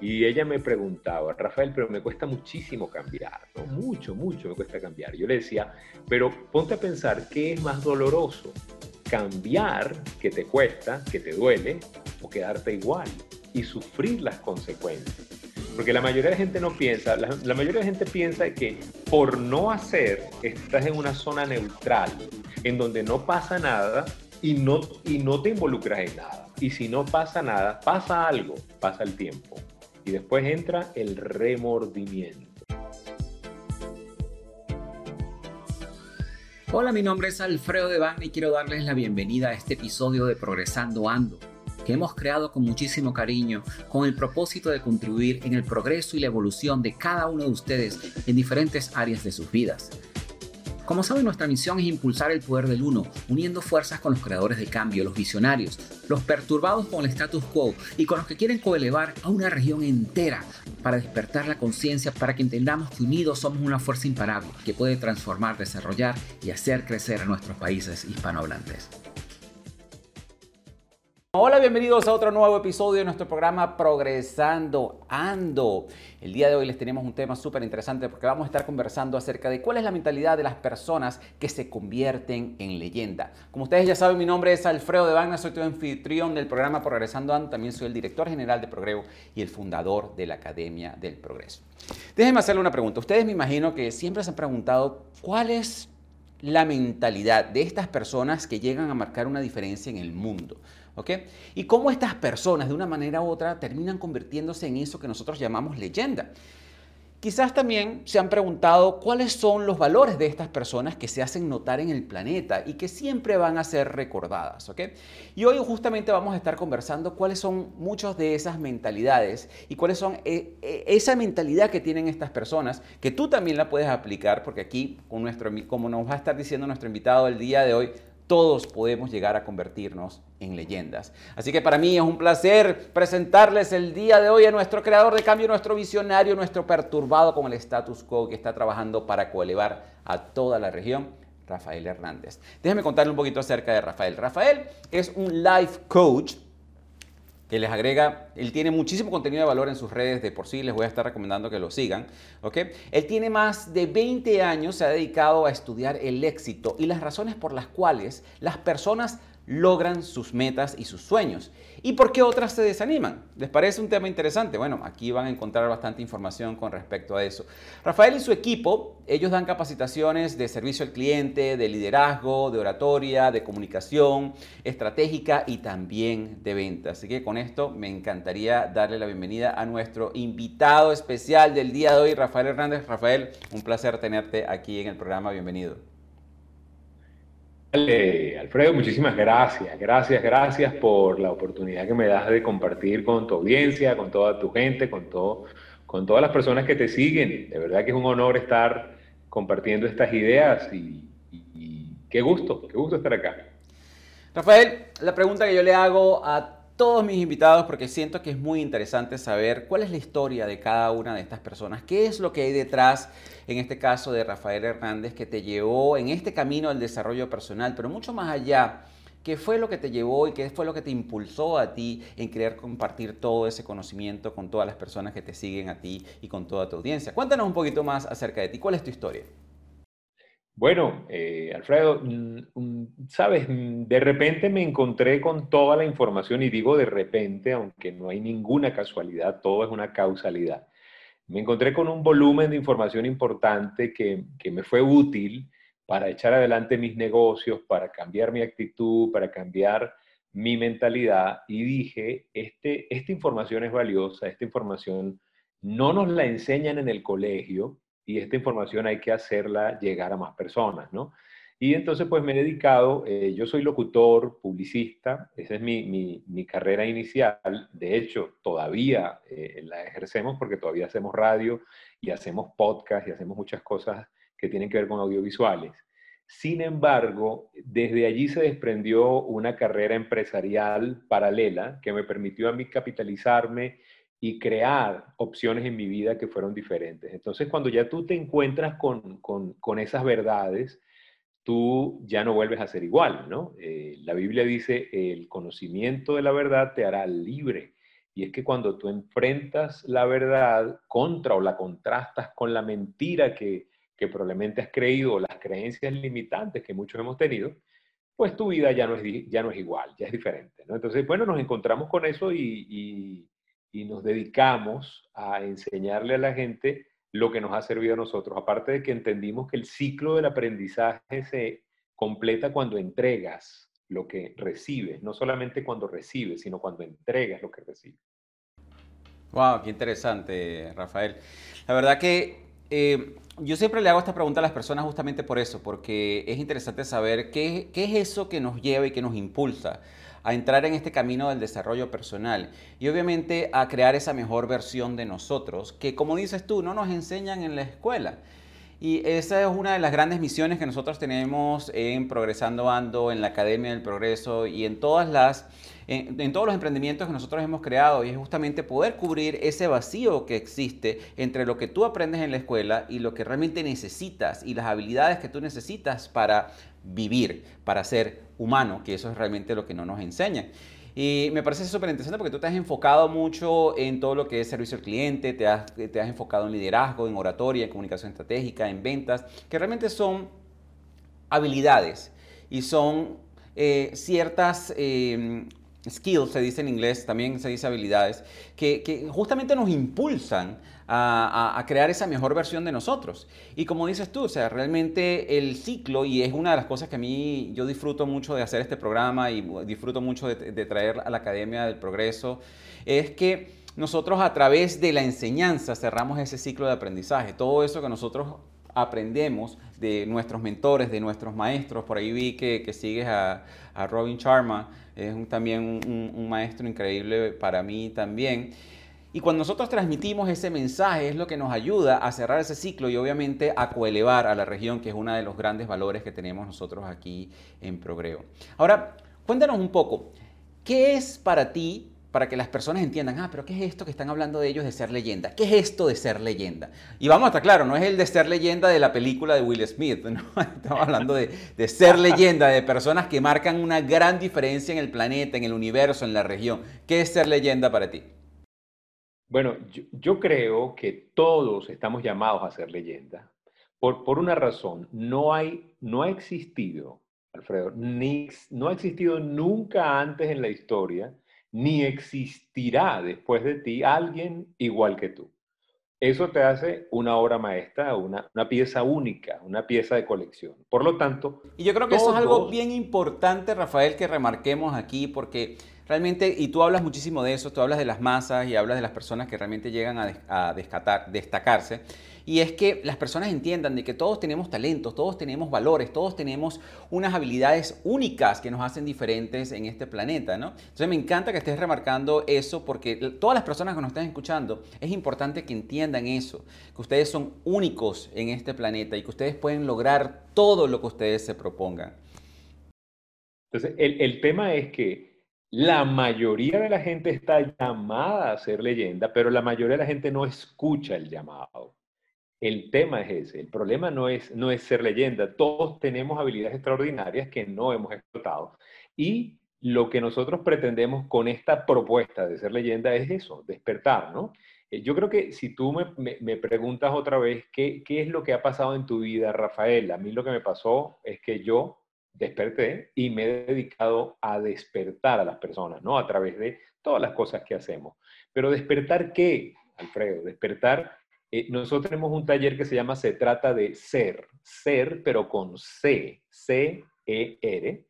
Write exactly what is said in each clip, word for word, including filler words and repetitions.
Y ella me preguntaba, Rafael, pero me cuesta muchísimo cambiar, ¿no? Mucho, mucho me cuesta cambiar. Yo le decía, pero ponte a pensar, ¿qué es más doloroso? ¿Cambiar, que te cuesta, que te duele, o quedarte igual y sufrir las consecuencias? Porque la mayoría de la gente no piensa, la, la mayoría de la gente piensa que por no hacer estás en una zona neutral, en donde no pasa nada y no, y no te involucras en nada. Y si no pasa nada, pasa algo, pasa el tiempo. Y después entra el remordimiento. Hola, mi nombre es Alfredo Devane y quiero darles la bienvenida a este episodio de Progresando Ando, que hemos creado con muchísimo cariño, con el propósito de contribuir en el progreso y la evolución de cada uno de ustedes en diferentes áreas de sus vidas. Como saben, nuestra misión es impulsar el poder del uno, uniendo fuerzas con los creadores de cambio, los visionarios, los perturbados con el status quo y con los que quieren coelevar a una región entera para despertar la conciencia, para que entendamos que unidos somos una fuerza imparable que puede transformar, desarrollar y hacer crecer a nuestros países hispanohablantes. Hola, bienvenidos a otro nuevo episodio de nuestro programa Progresando Ando. El día de hoy les tenemos un tema súper interesante porque vamos a estar conversando acerca de cuál es la mentalidad de las personas que se convierten en leyenda. Como ustedes ya saben, mi nombre es Alfredo Devane, soy tu anfitrión del programa Progresando Ando. También soy el director general de Progreso y el fundador de la Academia del Progreso. Déjenme hacerle una pregunta. Ustedes me imagino que siempre se han preguntado cuál es la mentalidad de estas personas que llegan a marcar una diferencia en el mundo. ¿Okay? Y cómo estas personas de una manera u otra terminan convirtiéndose en eso que nosotros llamamos leyenda. Quizás también se han preguntado cuáles son los valores de estas personas que se hacen notar en el planeta y que siempre van a ser recordadas. ¿Okay? Y hoy justamente vamos a estar conversando cuáles son muchas de esas mentalidades y cuáles son eh, eh, esa mentalidad que tienen estas personas, que tú también la puedes aplicar, porque aquí, con nuestro, como nos va a estar diciendo nuestro invitado el día de hoy, todos podemos llegar a convertirnos en leyendas. Así que para mí es un placer presentarles el día de hoy a nuestro creador de cambio, nuestro visionario, nuestro perturbado con el status quo que está trabajando para coelevar a toda la región, Rafael Hernández. Déjenme contarle un poquito acerca de Rafael. Rafael es un life coach que les agrega, él tiene muchísimo contenido de valor en sus redes, de por sí les voy a estar recomendando que lo sigan, ¿ok? Él tiene más de veinte años, se ha dedicado a estudiar el éxito y las razones por las cuales las personas logran sus metas y sus sueños. ¿Y por qué otras se desaniman? ¿Les parece un tema interesante? Bueno, aquí van a encontrar bastante información con respecto a eso. Rafael y su equipo, ellos dan capacitaciones de servicio al cliente, de liderazgo, de oratoria, de comunicación estratégica y también de ventas. Así que con esto me encantaría darle la bienvenida a nuestro invitado especial del día de hoy, Rafael Hernández. Rafael, un placer tenerte aquí en el programa. Bienvenido. Dale, Alfredo, muchísimas gracias, gracias, gracias por la oportunidad que me das de compartir con tu audiencia, con toda tu gente, con todo, con todas las personas que te siguen. De verdad que es un honor estar compartiendo estas ideas y, y- y qué gusto, qué gusto estar acá. Rafael, la pregunta que yo le hago a todos mis invitados, porque siento que es muy interesante saber cuál es la historia de cada una de estas personas, qué es lo que hay detrás, en este caso de Rafael Hernández, que te llevó en este camino al desarrollo personal, pero mucho más allá, qué fue lo que te llevó y qué fue lo que te impulsó a ti en querer compartir todo ese conocimiento con todas las personas que te siguen a ti y con toda tu audiencia. Cuéntanos un poquito más acerca de ti, ¿cuál es tu historia? Bueno, eh, Alfredo, mm, mm, sabes, Mm, de repente me encontré con toda la información y digo de repente, aunque no hay ninguna casualidad, todo es una causalidad. Me encontré con un volumen de información importante que, que me fue útil para echar adelante mis negocios, para cambiar mi actitud, para cambiar mi mentalidad y dije, este, esta información es valiosa, esta información no nos la enseñan en el colegio y esta información hay que hacerla llegar a más personas, ¿no? Y entonces pues me he dedicado, eh, yo soy locutor, publicista, esa es mi, mi, mi carrera inicial, de hecho todavía eh, la ejercemos porque todavía hacemos radio y hacemos podcast y hacemos muchas cosas que tienen que ver con audiovisuales. Sin embargo, desde allí se desprendió una carrera empresarial paralela que me permitió a mí capitalizarme y crear opciones en mi vida que fueron diferentes. Entonces, cuando ya tú te encuentras con, con, con esas verdades, tú ya no vuelves a ser igual, ¿no? Eh, la Biblia dice, el conocimiento de la verdad te hará libre. Y es que cuando tú enfrentas la verdad contra o la contrastas con la mentira que, que probablemente has creído o las creencias limitantes que muchos hemos tenido, pues tu vida ya no es, di- ya no es igual, ya es diferente, ¿no? Entonces, bueno, nos encontramos con eso y, y- y nos dedicamos a enseñarle a la gente lo que nos ha servido a nosotros. Aparte de que entendimos que el ciclo del aprendizaje se completa cuando entregas lo que recibes, no solamente cuando recibes, sino cuando entregas lo que recibes. Wow, qué interesante, Rafael. La verdad que eh, yo siempre le hago esta pregunta a las personas justamente por eso, porque es interesante saber qué, qué es eso que nos lleva y que nos impulsa a entrar en este camino del desarrollo personal y obviamente a crear esa mejor versión de nosotros, que como dices tú, no nos enseñan en la escuela. Y esa es una de las grandes misiones que nosotros tenemos en Progresando Ando, en la Academia del Progreso y en todas las, en, en todos los emprendimientos que nosotros hemos creado, y es justamente poder cubrir ese vacío que existe entre lo que tú aprendes en la escuela y lo que realmente necesitas y las habilidades que tú necesitas para vivir, para ser humano, que eso es realmente lo que no nos enseñan. Y me parece súper interesante porque tú te has enfocado mucho en todo lo que es servicio al cliente, te has, te has enfocado en liderazgo, en oratoria, en comunicación estratégica, en ventas, que realmente son habilidades y son eh, ciertas eh, skills, se dice en inglés, también se dice habilidades, que, que justamente nos impulsan a, a, a, crear esa mejor versión de nosotros. Y como dices tú, o sea, realmente el ciclo, y es una de las cosas que a mí yo disfruto mucho de hacer este programa y disfruto mucho de, de traer a la Academia del Progreso, es que nosotros a través de la enseñanza cerramos ese ciclo de aprendizaje. Todo eso que nosotros aprendemos de nuestros mentores, de nuestros maestros. Por ahí vi que, que sigues a, a Robin Sharma, es un, también un, un maestro increíble para mí también. Y cuando nosotros transmitimos ese mensaje es lo que nos ayuda a cerrar ese ciclo y obviamente a coelevar a la región, que es uno de los grandes valores que tenemos nosotros aquí en Progreo. Ahora, cuéntanos un poco, ¿qué es para ti, para que las personas entiendan, ah, pero qué es esto que están hablando de ellos de ser leyenda? ¿Qué es esto de ser leyenda? Y vamos a estar claro, no es el de ser leyenda de la película de Will Smith, ¿no? Estamos hablando de, de ser leyenda, de personas que marcan una gran diferencia en el planeta, en el universo, en la región. ¿Qué es ser leyenda para ti? Bueno, yo, yo creo que todos estamos llamados a ser leyenda por, por una razón. No hay, no ha existido, Alfredo, ni, no ha existido nunca antes en la historia, ni existirá después de ti alguien igual que tú. Eso te hace una obra maestra, una, una pieza única, una pieza de colección. Por lo tanto, Y yo creo que eso es algo todos, bien importante, Rafael, que remarquemos aquí, porque realmente, y tú hablas muchísimo de eso, tú hablas de las masas y hablas de las personas que realmente llegan a, des- a descatar- destacarse, y es que las personas entiendan de que todos tenemos talentos, todos tenemos valores, todos tenemos unas habilidades únicas que nos hacen diferentes en este planeta, ¿no? Entonces me encanta que estés remarcando eso porque todas las personas que nos están escuchando, es importante que entiendan eso, que ustedes son únicos en este planeta y que ustedes pueden lograr todo lo que ustedes se propongan. entonces, el, el tema es que la mayoría de la gente está llamada a ser leyenda, pero la mayoría de la gente no escucha el llamado. El tema es ese, el problema no es, no es ser leyenda, todos tenemos habilidades extraordinarias que no hemos explotado. Y lo que nosotros pretendemos con esta propuesta de ser leyenda es eso, despertar, ¿no? Eh, Yo creo que si tú me, me- me preguntas otra vez qué, qué es lo que ha pasado en tu vida, Rafael, a mí lo que me pasó es que yo desperté y me he dedicado a despertar a las personas, ¿no? A través de todas las cosas que hacemos. Pero despertar qué, Alfredo, despertar eh, nosotros tenemos un taller que se llama Se trata de ser, ser, pero con C, C-E-R,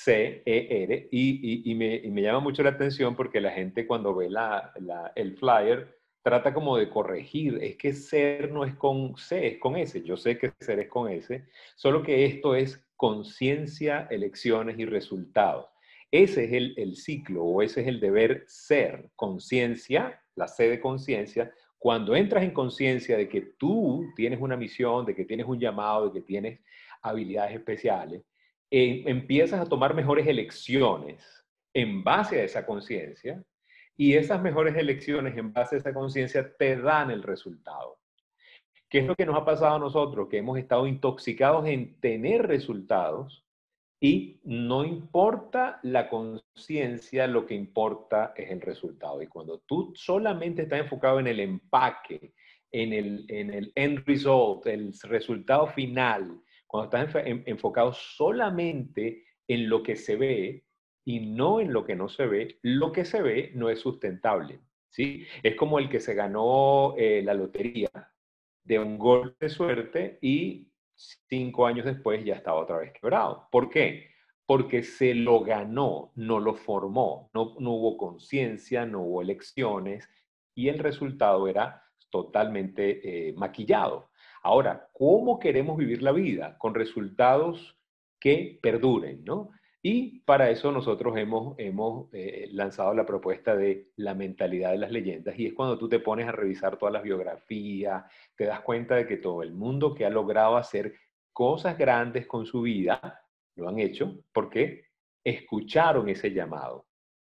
C-E-R, y, y, y, me, y me llama mucho la atención porque la gente cuando ve la, la, el flyer trata como de corregir, es que ser no es con C, es con S, yo sé que ser es con S, solo que esto es conciencia, elecciones y resultados. Ese es el, el ciclo o ese es el deber ser, conciencia, la C de conciencia, cuando entras en conciencia de que tú tienes una misión, de que tienes un llamado, de que tienes habilidades especiales, eh, empiezas a tomar mejores elecciones en base a esa conciencia y esas mejores elecciones en base a esa conciencia te dan el resultado. ¿Qué es lo que nos ha pasado a nosotros? Que hemos estado intoxicados en tener resultados, Y no importa la conciencia, lo que importa es el resultado. Y cuando tú solamente estás enfocado en el empaque, en el, en el end result, el resultado final, cuando estás enf enfocado solamente en lo que se ve y no en lo que no se ve, lo que se ve no es sustentable, ¿sí? Es como el que se ganó eh, la lotería de un golpe de suerte y cinco años después ya estaba otra vez quebrado. ¿Por qué? Porque se lo ganó, no lo formó, no, no hubo conciencia, no hubo elecciones y el resultado era totalmente eh, maquillado. Ahora, ¿cómo queremos vivir la vida? Con resultados que perduren, ¿no? Y para eso nosotros hemos, hemos eh, lanzado la propuesta de la mentalidad de las leyendas y es cuando tú te pones a revisar todas las biografías, te das cuenta de que todo el mundo que ha logrado hacer cosas grandes con su vida lo han hecho porque escucharon ese llamado.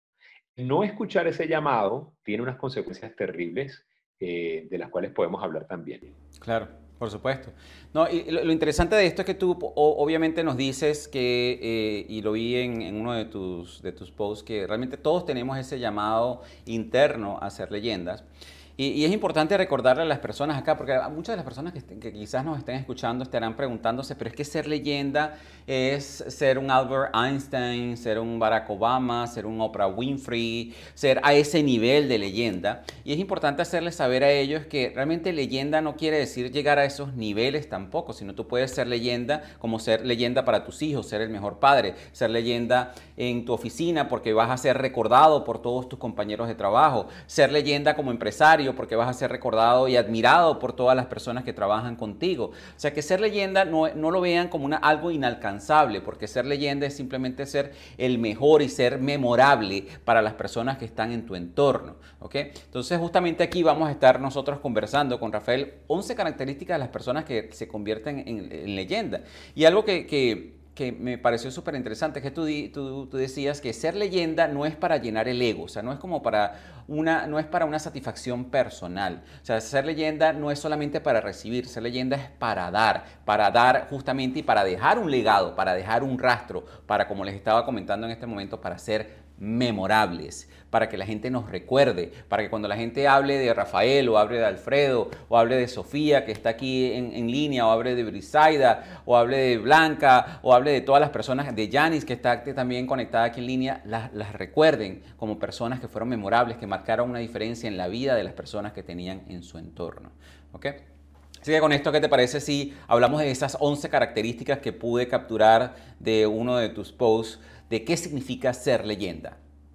No escuchar ese llamado tiene unas consecuencias terribles eh, de las cuales podemos hablar también. Claro, por supuesto. No, y lo, lo interesante de esto es que tú o, obviamente nos dices que, eh, y lo vi en, en uno de tus, de tus posts, que realmente todos tenemos ese llamado interno a ser leyendas. Y, y es importante recordarle a las personas acá, porque muchas de las personas que, estén, que quizás nos estén escuchando estarán preguntándose, pero es que ser leyenda es ser un Albert Einstein, ser un Barack Obama, ser un Oprah Winfrey, ser a ese nivel de leyenda. Y es importante hacerles saber a ellos que realmente leyenda no quiere decir llegar a esos niveles tampoco, sino tú puedes ser leyenda como ser leyenda para tus hijos, ser el mejor padre, ser leyenda en tu oficina porque vas a ser recordado por todos tus compañeros de trabajo, ser leyenda como empresario porque vas a ser recordado y admirado por todas las personas que trabajan contigo. O sea, que ser leyenda no, no lo vean como una, algo inalcanzable, porque ser leyenda es simplemente ser el mejor y ser memorable para las personas que están en tu entorno. ¿Okay? Entonces, justamente aquí vamos a estar nosotros conversando con Rafael once características de las personas que se convierten en, en leyenda. Y algo que... que que me pareció súper interesante, es que tú, tú, tú, decías que ser leyenda no es para llenar el ego, o sea, no es como para una, no es para una satisfacción personal, o sea, ser leyenda no es solamente para recibir, ser leyenda es para dar, para dar justamente y para dejar un legado, para dejar un rastro, para, como les estaba comentando en este momento, para ser memorables, para que la gente nos recuerde, para que cuando la gente hable de Rafael o hable de Alfredo o hable de Sofía que está aquí en, en línea o hable de Brisaida o hable de Blanca o hable de todas las personas, de Yanis que está también conectada aquí en línea, las, las recuerden como personas que fueron memorables, que marcaron una diferencia en la vida de las personas que tenían en su entorno. ¿Ok? Así que con esto, ¿qué te parece si hablamos de esas once características que pude capturar de uno de tus posts de qué significa ser leyenda?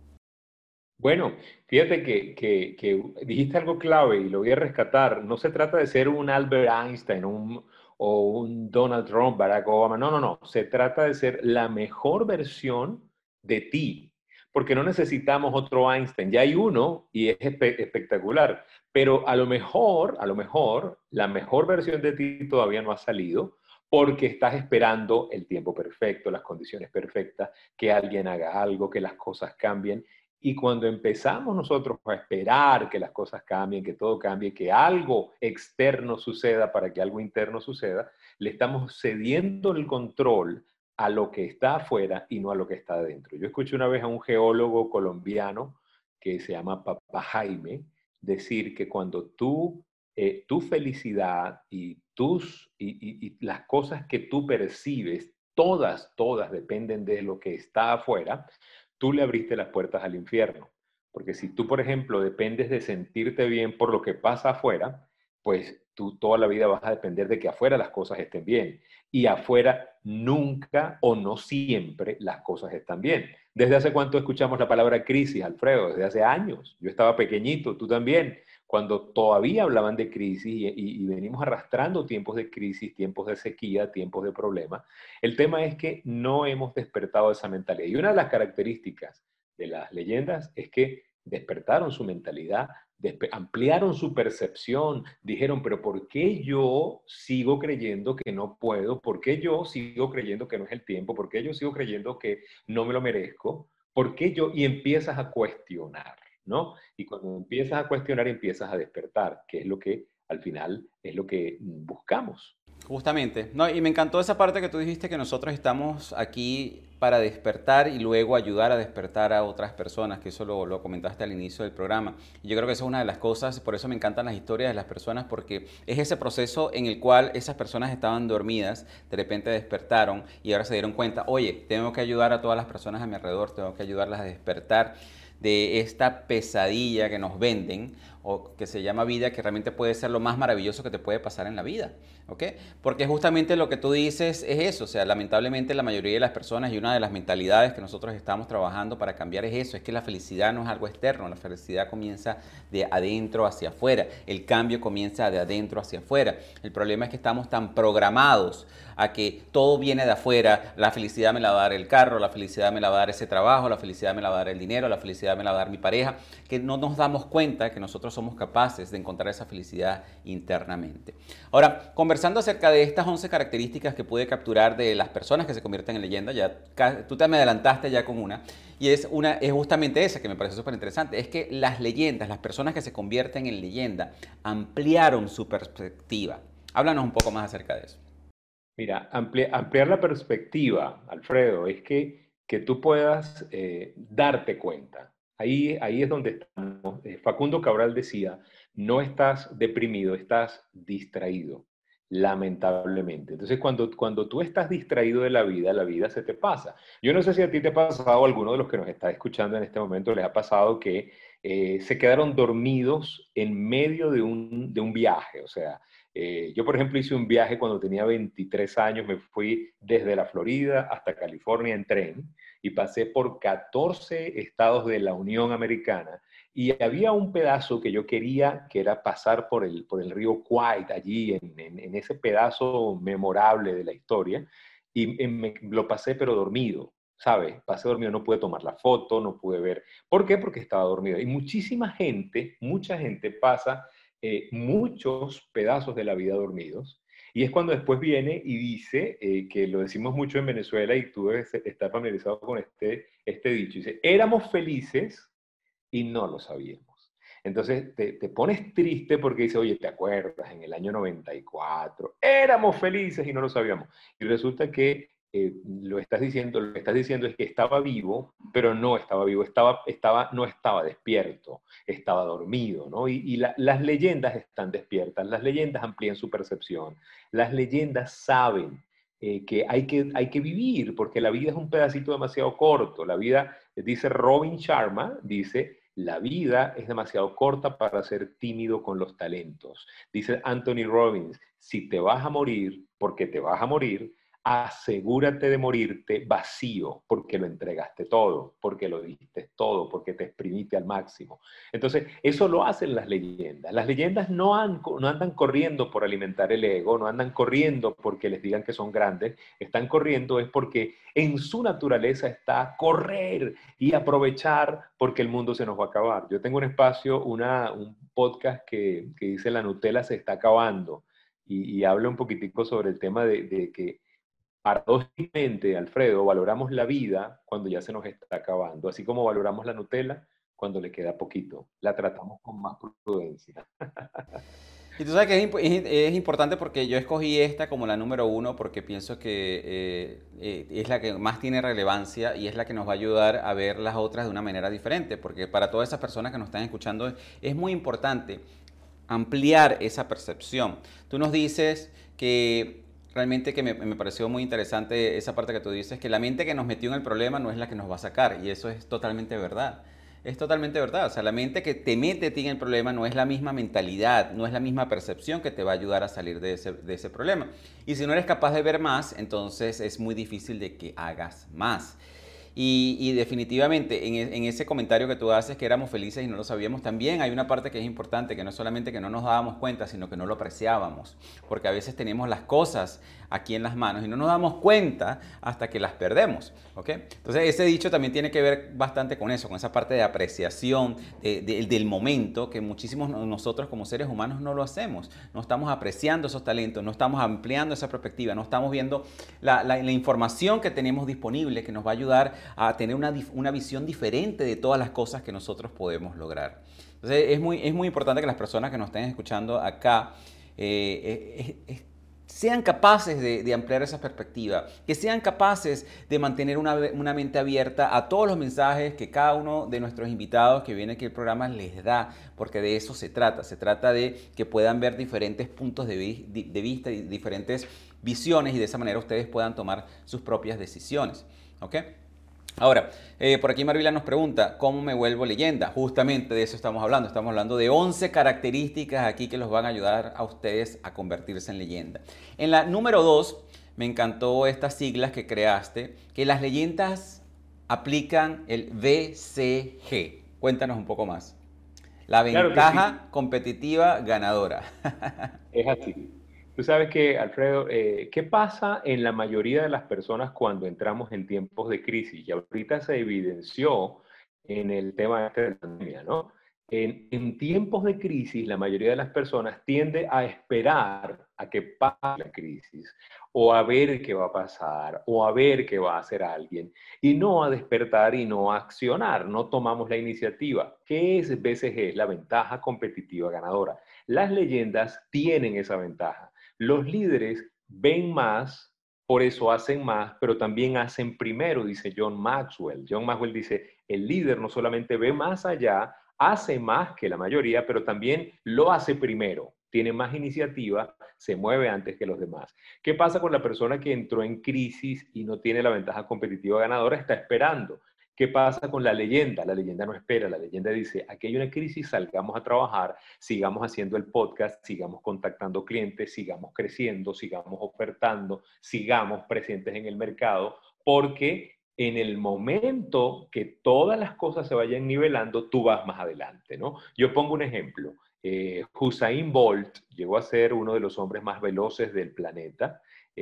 Bueno, fíjate que, que, que dijiste algo clave y lo voy a rescatar. No se trata de ser un Albert Einstein un, o un Donald Trump, Barack Obama. No, no, no. Se trata de ser la mejor versión de ti. Porque no necesitamos otro Einstein. Ya hay uno y es espe espectacular. Pero a lo mejor, a lo mejor, la mejor versión de ti todavía no ha salido porque estás esperando el tiempo perfecto, las condiciones perfectas, que alguien haga algo, que las cosas cambien. Y cuando empezamos nosotros a esperar que las cosas cambien, que todo cambie, que algo externo suceda para que algo interno suceda, le estamos cediendo el control a lo que está afuera y no a lo que está adentro. Yo escuché una vez a un geólogo colombiano que se llama Papá Jaime decir que cuando tú, eh, tu felicidad y, tus, y, y, y las cosas que tú percibes, todas, todas dependen de lo que está afuera, tú le abriste las puertas al infierno. Porque si tú, por ejemplo, dependes de sentirte bien por lo que pasa afuera, pues tú toda la vida vas a depender de que afuera las cosas estén bien. Y afuera nunca o no siempre las cosas están bien. ¿Desde hace cuánto escuchamos la palabra crisis, Alfredo? Desde hace años. Yo estaba pequeñito, tú también, cuando todavía hablaban de crisis y, y, y venimos arrastrando tiempos de crisis, tiempos de sequía, tiempos de problemas. El tema es que no hemos despertado esa mentalidad. Y una de las características de las leyendas es que despertaron su mentalidad, ampliaron su percepción, dijeron, pero ¿por qué yo sigo creyendo que no puedo? ¿Por qué yo sigo creyendo que no es el tiempo? ¿Por qué yo sigo creyendo que no me lo merezco? ¿Por qué yo? Y empiezas a cuestionar, ¿no? Y cuando empiezas a cuestionar, empiezas a despertar, que es lo que al final es lo que buscamos. Justamente. No, y me encantó esa parte que tú dijiste que nosotros estamos aquí para despertar y luego ayudar a despertar a otras personas, que eso lo, lo comentaste al inicio del programa. Y yo creo que eso es una de las cosas, por eso me encantan las historias de las personas, porque es ese proceso en el cual esas personas estaban dormidas, de repente despertaron y ahora se dieron cuenta, oye, tengo que ayudar a todas las personas a mi alrededor, tengo que ayudarlas a despertar de esta pesadilla que nos venden o que se llama vida, que realmente puede ser lo más maravilloso que te puede pasar en la vida, ¿ok? Porque justamente lo que tú dices es eso, o sea, lamentablemente la mayoría de las personas y una de las mentalidades que nosotros estamos trabajando para cambiar es eso, es que la felicidad no es algo externo, la felicidad comienza de adentro hacia afuera, el cambio comienza de adentro hacia afuera. El problema es que estamos tan programados a que todo viene de afuera, la felicidad me la va a dar el carro, la felicidad me la va a dar ese trabajo, la felicidad me la va a dar el dinero, la felicidad me la va a dar mi pareja, que no nos damos cuenta que nosotros somos capaces de encontrar esa felicidad internamente. Ahora, conversando acerca de estas once características que pude capturar de las personas que se convierten en leyenda, ya tú te me adelantaste ya con una, y es, una, es justamente esa que me parece súper interesante, es que las leyendas, las personas que se convierten en leyenda, ampliaron su perspectiva. Háblanos un poco más acerca de eso. Mira, ampli- ampliar la perspectiva, Alfredo, es que, que tú puedas eh, darte cuenta. Ahí, ahí es donde estamos. Eh, Facundo Cabral decía, no estás deprimido, estás distraído, lamentablemente. Entonces, cuando, cuando tú estás distraído de la vida, la vida se te pasa. Yo no sé si a ti te ha pasado, a alguno de los que nos está escuchando en este momento, les ha pasado que eh, se quedaron dormidos en medio de un, de un viaje, o sea, eh, yo, por ejemplo, hice un viaje cuando tenía veintitrés años, me fui desde la Florida hasta California en tren y pasé por catorce estados de la Unión Americana y había un pedazo que yo quería, que era pasar por el, por el río Kwai, allí en, en, en ese pedazo memorable de la historia, y, y me, lo pasé pero dormido. ¿Sabes? Pasé dormido, no pude tomar la foto, no pude ver. ¿Por qué? Porque estaba dormido. Y muchísima gente, mucha gente pasa eh, muchos pedazos de la vida dormidos. Y es cuando después viene y dice, eh, que lo decimos mucho en Venezuela y tú debes estar familiarizado con este, este dicho, dice, éramos felices y no lo sabíamos. Entonces te, te pones triste porque dice, oye, ¿te acuerdas? En el año noventa y cuatro éramos felices y no lo sabíamos. Y resulta que eh, lo estás diciendo, lo que estás diciendo es que estaba vivo, pero no estaba vivo, estaba, estaba, no estaba despierto, estaba dormido, ¿no? Y, y la, las leyendas están despiertas, las leyendas amplían su percepción, las leyendas saben eh, que, hay que hay que vivir, porque la vida es un pedacito demasiado corto, la vida, dice Robin Sharma, dice, la vida es demasiado corta para ser tímido con los talentos. Dice Anthony Robbins, si te vas a morir, porque te vas a morir, asegúrate de morirte vacío, porque lo entregaste todo, porque lo diste todo, porque te exprimiste al máximo. Entonces, eso lo hacen las leyendas. Las leyendas no, han, no andan corriendo por alimentar el ego, no andan corriendo porque les digan que son grandes, están corriendo es porque en su naturaleza está correr y aprovechar porque el mundo se nos va a acabar. Yo tengo un espacio, una, un podcast que, que dice La Nutella se está acabando y, y habla un poquitico sobre el tema de, de que paradójicamente, Alfredo, valoramos la vida cuando ya se nos está acabando, así como valoramos la Nutella cuando le queda poquito. La tratamos con más prudencia. Y tú sabes que es, imp- es- es importante porque yo escogí esta como la número uno porque pienso que eh, eh, es la que más tiene relevancia y es la que nos va a ayudar a ver las otras de una manera diferente, porque para todas esas personas que nos están escuchando es muy importante ampliar esa percepción. Tú nos dices que realmente que me, me pareció muy interesante esa parte que tú dices, que la mente que nos metió en el problema no es la que nos va a sacar, y eso es totalmente verdad. Es totalmente verdad. O sea, la mente que te mete a ti en el problema no es la misma mentalidad, no es la misma percepción que te va a ayudar a salir de ese, de ese problema. Y si no eres capaz de ver más, entonces es muy difícil de que hagas más. Y, y definitivamente en, e- en ese comentario que tú haces que éramos felices y no lo sabíamos, también hay una parte que es importante, que no es solamente que no nos dábamos cuenta, sino que no lo apreciábamos. Porque a veces tenemos las cosas aquí en las manos y no nos damos cuenta hasta que las perdemos. ¿Ok? Entonces ese dicho también tiene que ver bastante con eso, con esa parte de apreciación de- de- del momento, que muchísimos no- nosotros como seres humanos no lo hacemos. No estamos apreciando esos talentos, no estamos ampliando esa perspectiva, no estamos viendo la, la- la información que tenemos disponible que nos va a ayudar a tener una, dif- una visión diferente de todas las cosas que nosotros podemos lograr. Entonces es muy, es muy importante que las personas que nos estén escuchando acá eh, es- es- sean capaces de, de ampliar esa perspectiva, que sean capaces de mantener una, una mente abierta a todos los mensajes que cada uno de nuestros invitados que viene aquí al programa les da, porque de eso se trata. Se trata de que puedan ver diferentes puntos de, vi, de vista y diferentes visiones y de esa manera ustedes puedan tomar sus propias decisiones. ¿Ok? Ahora, eh, por aquí Marvila nos pregunta, ¿cómo me vuelvo leyenda? Justamente de eso estamos hablando. Estamos hablando de once características aquí que los van a ayudar a ustedes a convertirse en leyenda. En la número dos, me encantó estas siglas que creaste, que las leyendas aplican el V C G. Cuéntanos un poco más. La Claro que sí, ventaja competitiva ganadora. es así. Tú sabes que, Alfredo, eh, ¿qué pasa en la mayoría de las personas cuando entramos en tiempos de crisis? Y ahorita se evidenció en el tema este de la pandemia, ¿no? En, en tiempos de crisis, la mayoría de las personas tiende a esperar a que pase la crisis, o a ver qué va a pasar, o a ver qué va a hacer alguien, y no a despertar y no a accionar. No tomamos la iniciativa. ¿Qué es B C G? La ventaja competitiva ganadora. Las leyendas tienen esa ventaja. Los líderes ven más, por eso hacen más, pero también hacen primero, dice John Maxwell. John Maxwell dice, el líder no solamente ve más allá, hace más que la mayoría, pero también lo hace primero. Tiene más iniciativa, se mueve antes que los demás. ¿Qué pasa con la persona que entró en crisis y no tiene la ventaja competitiva ganadora? Está esperando. ¿Qué pasa con la leyenda? La leyenda no espera, la leyenda dice, aquí hay una crisis, salgamos a trabajar, sigamos haciendo el podcast, sigamos contactando clientes, sigamos creciendo, sigamos ofertando, sigamos presentes en el mercado, porque en el momento que todas las cosas se vayan nivelando, tú vas más adelante, ¿no? Yo pongo un ejemplo. Eh, Usain Bolt llegó a ser uno de los hombres más veloces del planeta.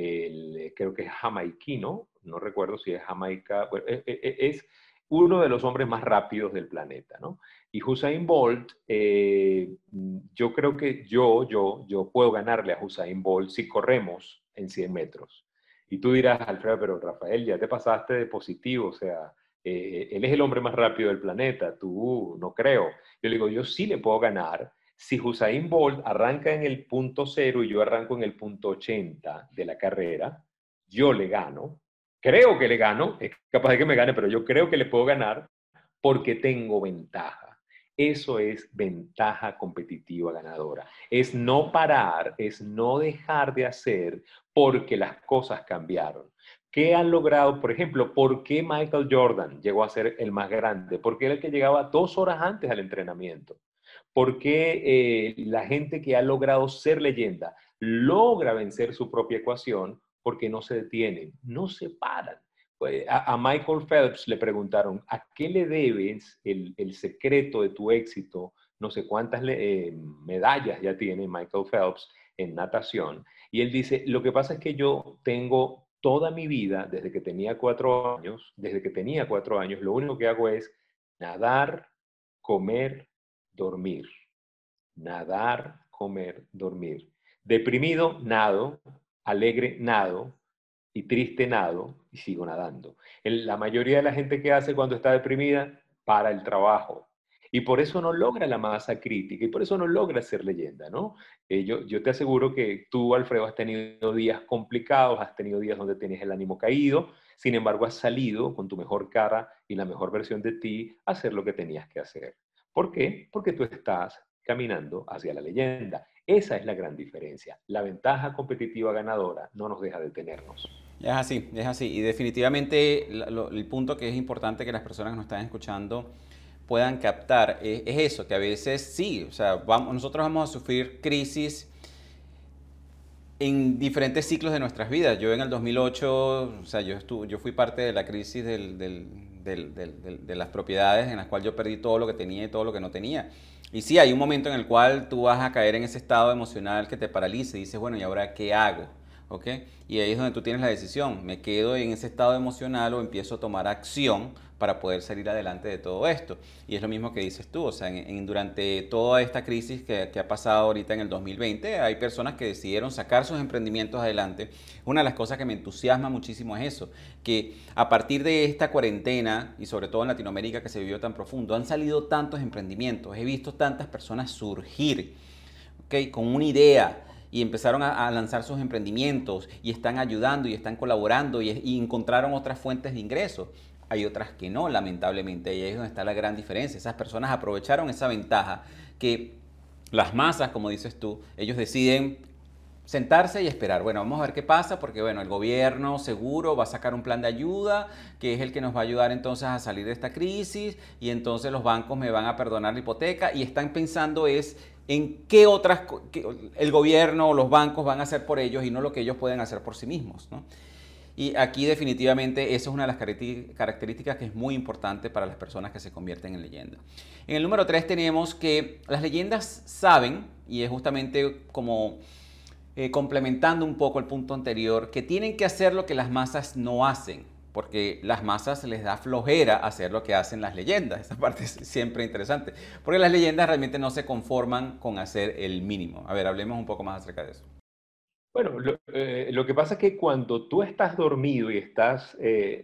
El, creo que es jamaiquino, no recuerdo si es Jamaica, bueno, es, es uno de los hombres más rápidos del planeta, ¿no? Y Usain Bolt, eh, yo creo que yo, yo, yo puedo ganarle a Usain Bolt si corremos en cien metros. Y tú dirás, Alfredo, pero Rafael, ya te pasaste de positivo, o sea, eh, él es el hombre más rápido del planeta, tú no creo. Yo le digo, yo sí le puedo ganar si Usain Bolt arranca en el punto cero y yo arranco en el punto ochenta de la carrera, yo le gano. Creo que le gano, es capaz de que me gane, pero yo creo que le puedo ganar porque tengo ventaja. Eso es ventaja competitiva ganadora. Es no parar, es no dejar de hacer porque las cosas cambiaron. ¿Qué han logrado? Por ejemplo, ¿por qué Michael Jordan llegó a ser el más grande? Porque era el que llegaba dos horas antes al entrenamiento. ¿Por qué eh, la gente que ha logrado ser leyenda logra vencer su propia ecuación? Porque no se detienen, no se paran. Pues, a, a Michael Phelps le preguntaron, ¿a qué le debes el, el secreto de tu éxito? No sé cuántas eh, medallas ya tiene Michael Phelps en natación. Y él dice, lo que pasa es que yo tengo toda mi vida, desde que tenía cuatro años, desde que tenía cuatro años, lo único que hago es nadar, comer, dormir. Nadar, comer, dormir. Deprimido, nado. Alegre, nado. Y triste, nado. Y sigo nadando. El, la mayoría de la gente que hace cuando está deprimida, para el trabajo. Y por eso no logra la masa crítica y por eso no logra ser leyenda, ¿no? Eh, yo, yo te aseguro que tú, Alfredo, has tenido días complicados, has tenido días donde tienes el ánimo caído, sin embargo, has salido con tu mejor cara y la mejor versión de ti a hacer lo que tenías que hacer. ¿Por qué? Porque tú estás caminando hacia la leyenda. Esa es la gran diferencia. La ventaja competitiva ganadora no nos deja detenernos. Es así, es así. Y definitivamente la- lo- el punto que es importante que las personas que nos están escuchando puedan captar es, es eso, que a veces sí, o sea, vamos, nosotros vamos a sufrir crisis en diferentes ciclos de nuestras vidas. Yo en el dos mil ocho, o sea, yo, estuve, yo fui parte de la crisis del, del, del, del, del, de las propiedades en las cuales yo perdí todo lo que tenía y todo lo que no tenía. Y sí, hay un momento en el cual tú vas a caer en ese estado emocional que te paraliza y dices, bueno, ¿y ahora qué hago? ¿Ok? Y ahí es donde tú tienes la decisión, me quedo en ese estado emocional o empiezo a tomar acción para poder salir adelante de todo esto. Y es lo mismo que dices tú, o sea, en, en, durante toda esta crisis que, que ha pasado ahorita en el dos mil veinte, hay personas que decidieron sacar sus emprendimientos adelante. Una de las cosas que me entusiasma muchísimo es eso, que a partir de esta cuarentena, y sobre todo en Latinoamérica que se vivió tan profundo, han salido tantos emprendimientos, he visto tantas personas surgir, ¿okay? Con una idea y empezaron a, a lanzar sus emprendimientos y están ayudando y están colaborando y, y encontraron otras fuentes de ingresos. Hay otras que no, lamentablemente, y ahí es donde está la gran diferencia. Esas personas aprovecharon esa ventaja que las masas, como dices tú, ellos deciden sentarse y esperar. Bueno, vamos a ver qué pasa, porque bueno, el gobierno seguro va a sacar un plan de ayuda, que es el que nos va a ayudar entonces a salir de esta crisis, y entonces los bancos me van a perdonar la hipoteca, y están pensando es en qué otras, qué el gobierno o los bancos van a hacer por ellos y no lo que ellos pueden hacer por sí mismos, ¿no? Y aquí definitivamente eso es una de las características que es muy importante para las personas que se convierten en leyenda. En el número tres tenemos que las leyendas saben, y es justamente como eh, complementando un poco el punto anterior, que tienen que hacer lo que las masas no hacen, porque las masas les da flojera hacer lo que hacen las leyendas. Esa parte es siempre interesante, porque las leyendas realmente no se conforman con hacer el mínimo. A ver, hablemos un poco más acerca de eso. Bueno, lo, eh, lo que pasa es que cuando tú estás dormido y estás eh,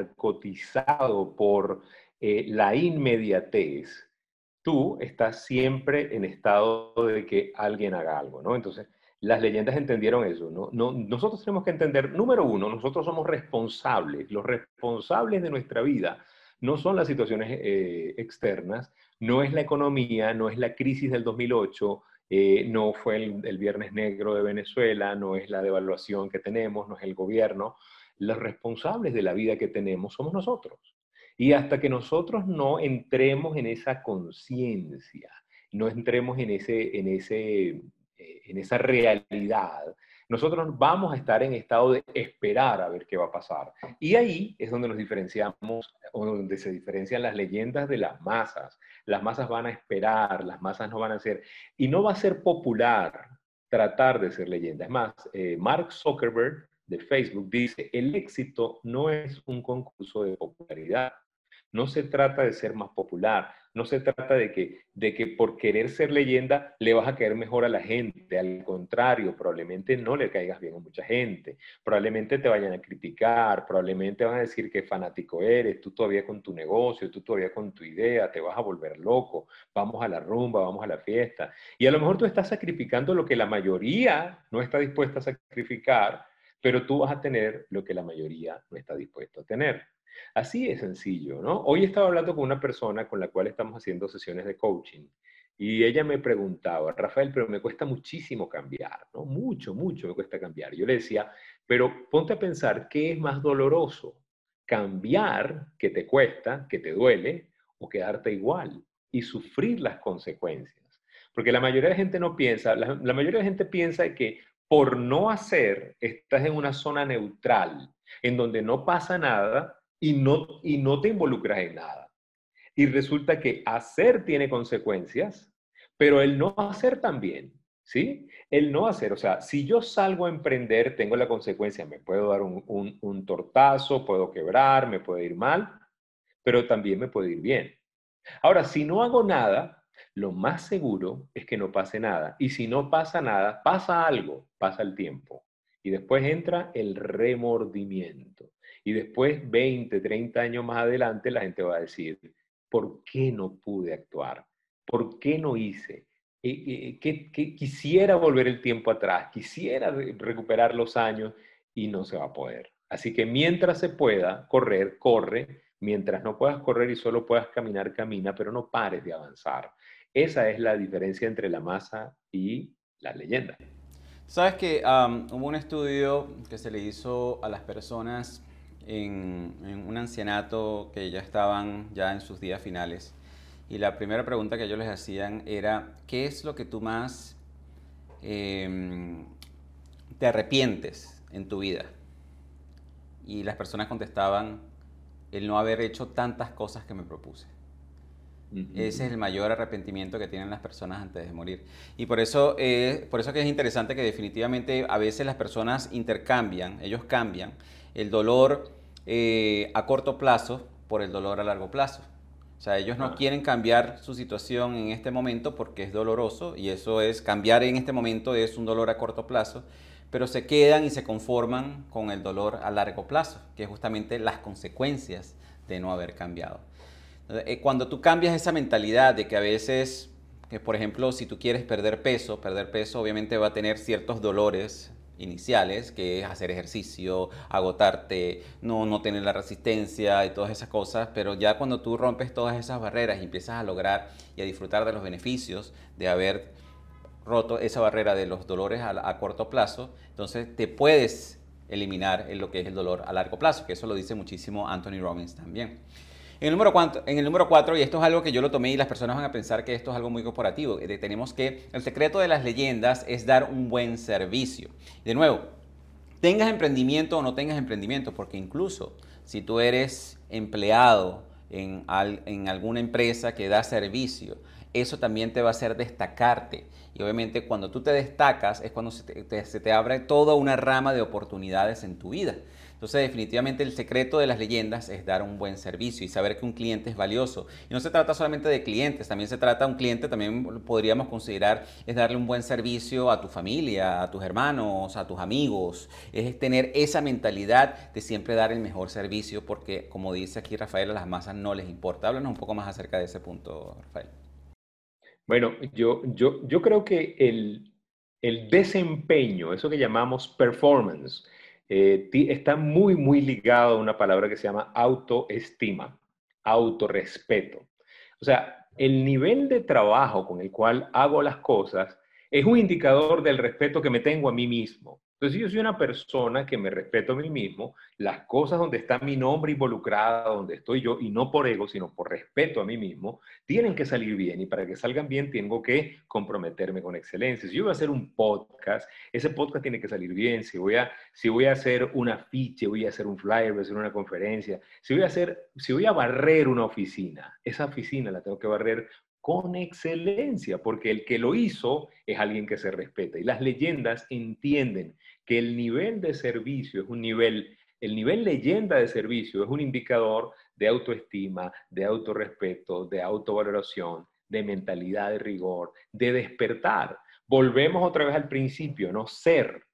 narcotizado por eh, la inmediatez, tú estás siempre en estado de que alguien haga algo, ¿no? Entonces, las leyendas entendieron eso, ¿no? No, nosotros tenemos que entender, número uno, nosotros somos responsables. Los responsables de nuestra vida no son las situaciones eh, externas, no es la economía, no es la crisis del dos mil ocho, eh, no fue el, el Viernes Negro de Venezuela, no es la devaluación que tenemos, no es el gobierno. Los responsables de la vida que tenemos somos nosotros. Y hasta que nosotros no entremos en esa conciencia, no entremos en, ese, en, ese, eh, en esa realidad, nosotros vamos a estar en estado de esperar a ver qué va a pasar. Y ahí es donde nos diferenciamos, o donde se diferencian las leyendas de las masas. Las masas van a esperar, las masas no van a ser, y no va a ser popular tratar de ser leyenda. Es más, eh, Mark Zuckerberg de Facebook dice, el éxito no es un concurso de popularidad. No se trata de ser más popular, no se trata de que, de que por querer ser leyenda le vas a caer mejor a la gente. Al contrario, probablemente no le caigas bien a mucha gente, probablemente te vayan a criticar, probablemente van a decir qué fanático eres, tú todavía con tu negocio, tú todavía con tu idea, te vas a volver loco, vamos a la rumba, vamos a la fiesta. Y a lo mejor tú estás sacrificando lo que la mayoría no está dispuesta a sacrificar, pero tú vas a tener lo que la mayoría no está dispuesto a tener. Así es sencillo, ¿no? Hoy estaba hablando con una persona con la cual estamos haciendo sesiones de coaching y ella me preguntaba, Rafael, pero me cuesta muchísimo cambiar, ¿no? Mucho, mucho me cuesta cambiar. Yo le decía, pero ponte a pensar, ¿qué es más doloroso? ¿Cambiar, que te cuesta, que te duele, o quedarte igual y sufrir las consecuencias? Porque la mayoría de la gente no piensa, la, la mayoría de la gente piensa que por no hacer estás en una zona neutral, en donde no pasa nada, y no, y no te involucras en nada. Y resulta que hacer tiene consecuencias, pero el no hacer también, ¿sí? El no hacer, o sea, si yo salgo a emprender, tengo la consecuencia, me puedo dar un, un, un tortazo, puedo quebrar, me puede ir mal, pero también me puede ir bien. Ahora, si no hago nada, lo más seguro es que no pase nada. Y si no pasa nada, pasa algo, pasa el tiempo. Y después entra el remordimiento. Y después, veinte, treinta años más adelante, la gente va a decir, ¿por qué no pude actuar? ¿Por qué no hice? Eh, eh, que, que quisiera volver el tiempo atrás, quisiera re recuperar los años y no se va a poder. Así que mientras se pueda correr, corre. Mientras no puedas correr y solo puedas caminar, camina, pero no pares de avanzar. Esa es la diferencia entre la masa y la leyenda. Sabes que um, hubo un estudio que se le hizo a las personas en, en un ancianato que ya estaban ya en sus días finales. Y la primera pregunta que ellos les hacían era, ¿qué es lo que tú más eh, te arrepientes en tu vida? Y las personas contestaban, el no haber hecho tantas cosas que me propuse. Uh-huh. Ese es el mayor arrepentimiento que tienen las personas antes de morir. Y por eso, eh, por eso que es interesante que definitivamente a veces las personas intercambian, ellos cambian el dolor eh, a corto plazo por el dolor a largo plazo. O sea, ellos no ah. quieren cambiar su situación en este momento porque es doloroso, y eso es, cambiar en este momento es un dolor a corto plazo, pero se quedan y se conforman con el dolor a largo plazo, que es justamente las consecuencias de no haber cambiado. Cuando tú cambias esa mentalidad de que a veces que por ejemplo, si tú quieres perder peso, perder peso obviamente va a tener ciertos dolores iniciales, que es hacer ejercicio, agotarte, no, no tener la resistencia y todas esas cosas, pero ya cuando tú rompes todas esas barreras y empiezas a lograr y a disfrutar de los beneficios de haber roto esa barrera de los dolores a, a corto plazo, entonces te puedes eliminar en lo que es el dolor a largo plazo, que eso lo dice muchísimo Anthony Robbins también. En el, número cuatro, en el número cuatro, y esto es algo que yo lo tomé y las personas van a pensar que esto es algo muy corporativo, eh, tenemos que, el secreto de las leyendas es dar un buen servicio. De nuevo, tengas emprendimiento o no tengas emprendimiento, porque incluso si tú eres empleado en, al, en alguna empresa que da servicio, eso también te va a hacer destacarte. Y obviamente cuando tú te destacas es cuando se te, te, se te abre toda una rama de oportunidades en tu vida. Entonces definitivamente el secreto de las leyendas es dar un buen servicio y saber que un cliente es valioso. Y no se trata solamente de clientes, también se trata de un cliente, también podríamos considerar es darle un buen servicio a tu familia, a tus hermanos, a tus amigos. Es tener esa mentalidad de siempre dar el mejor servicio porque, como dice aquí Rafael, a las masas no les importa. Háblanos un poco más acerca de ese punto, Rafael. Bueno, yo, yo, yo creo que el, el desempeño, eso que llamamos performance, eh, está muy, muy ligado a una palabra que se llama autoestima, autorrespeto. O sea, el nivel de trabajo con el cual hago las cosas es un indicador del respeto que me tengo a mí mismo. Entonces, si yo soy una persona que me respeto a mí mismo, las cosas donde está mi nombre involucrado, donde estoy yo, y no por ego, sino por respeto a mí mismo, tienen que salir bien. Y para que salgan bien, tengo que comprometerme con excelencia. Si yo voy a hacer un podcast, ese podcast tiene que salir bien. Si voy a, si voy a hacer un afiche, voy a hacer un flyer, voy a hacer una conferencia, si voy a, hacer, si voy a barrer una oficina, esa oficina la tengo que barrer con excelencia, porque el que lo hizo es alguien que se respeta. Y las leyendas entienden que el nivel de servicio es un nivel, el nivel leyenda de servicio es un indicador de autoestima, de autorrespeto, de autovaloración, de mentalidad de rigor, de despertar. Volvemos otra vez al principio, ¿no? Ser,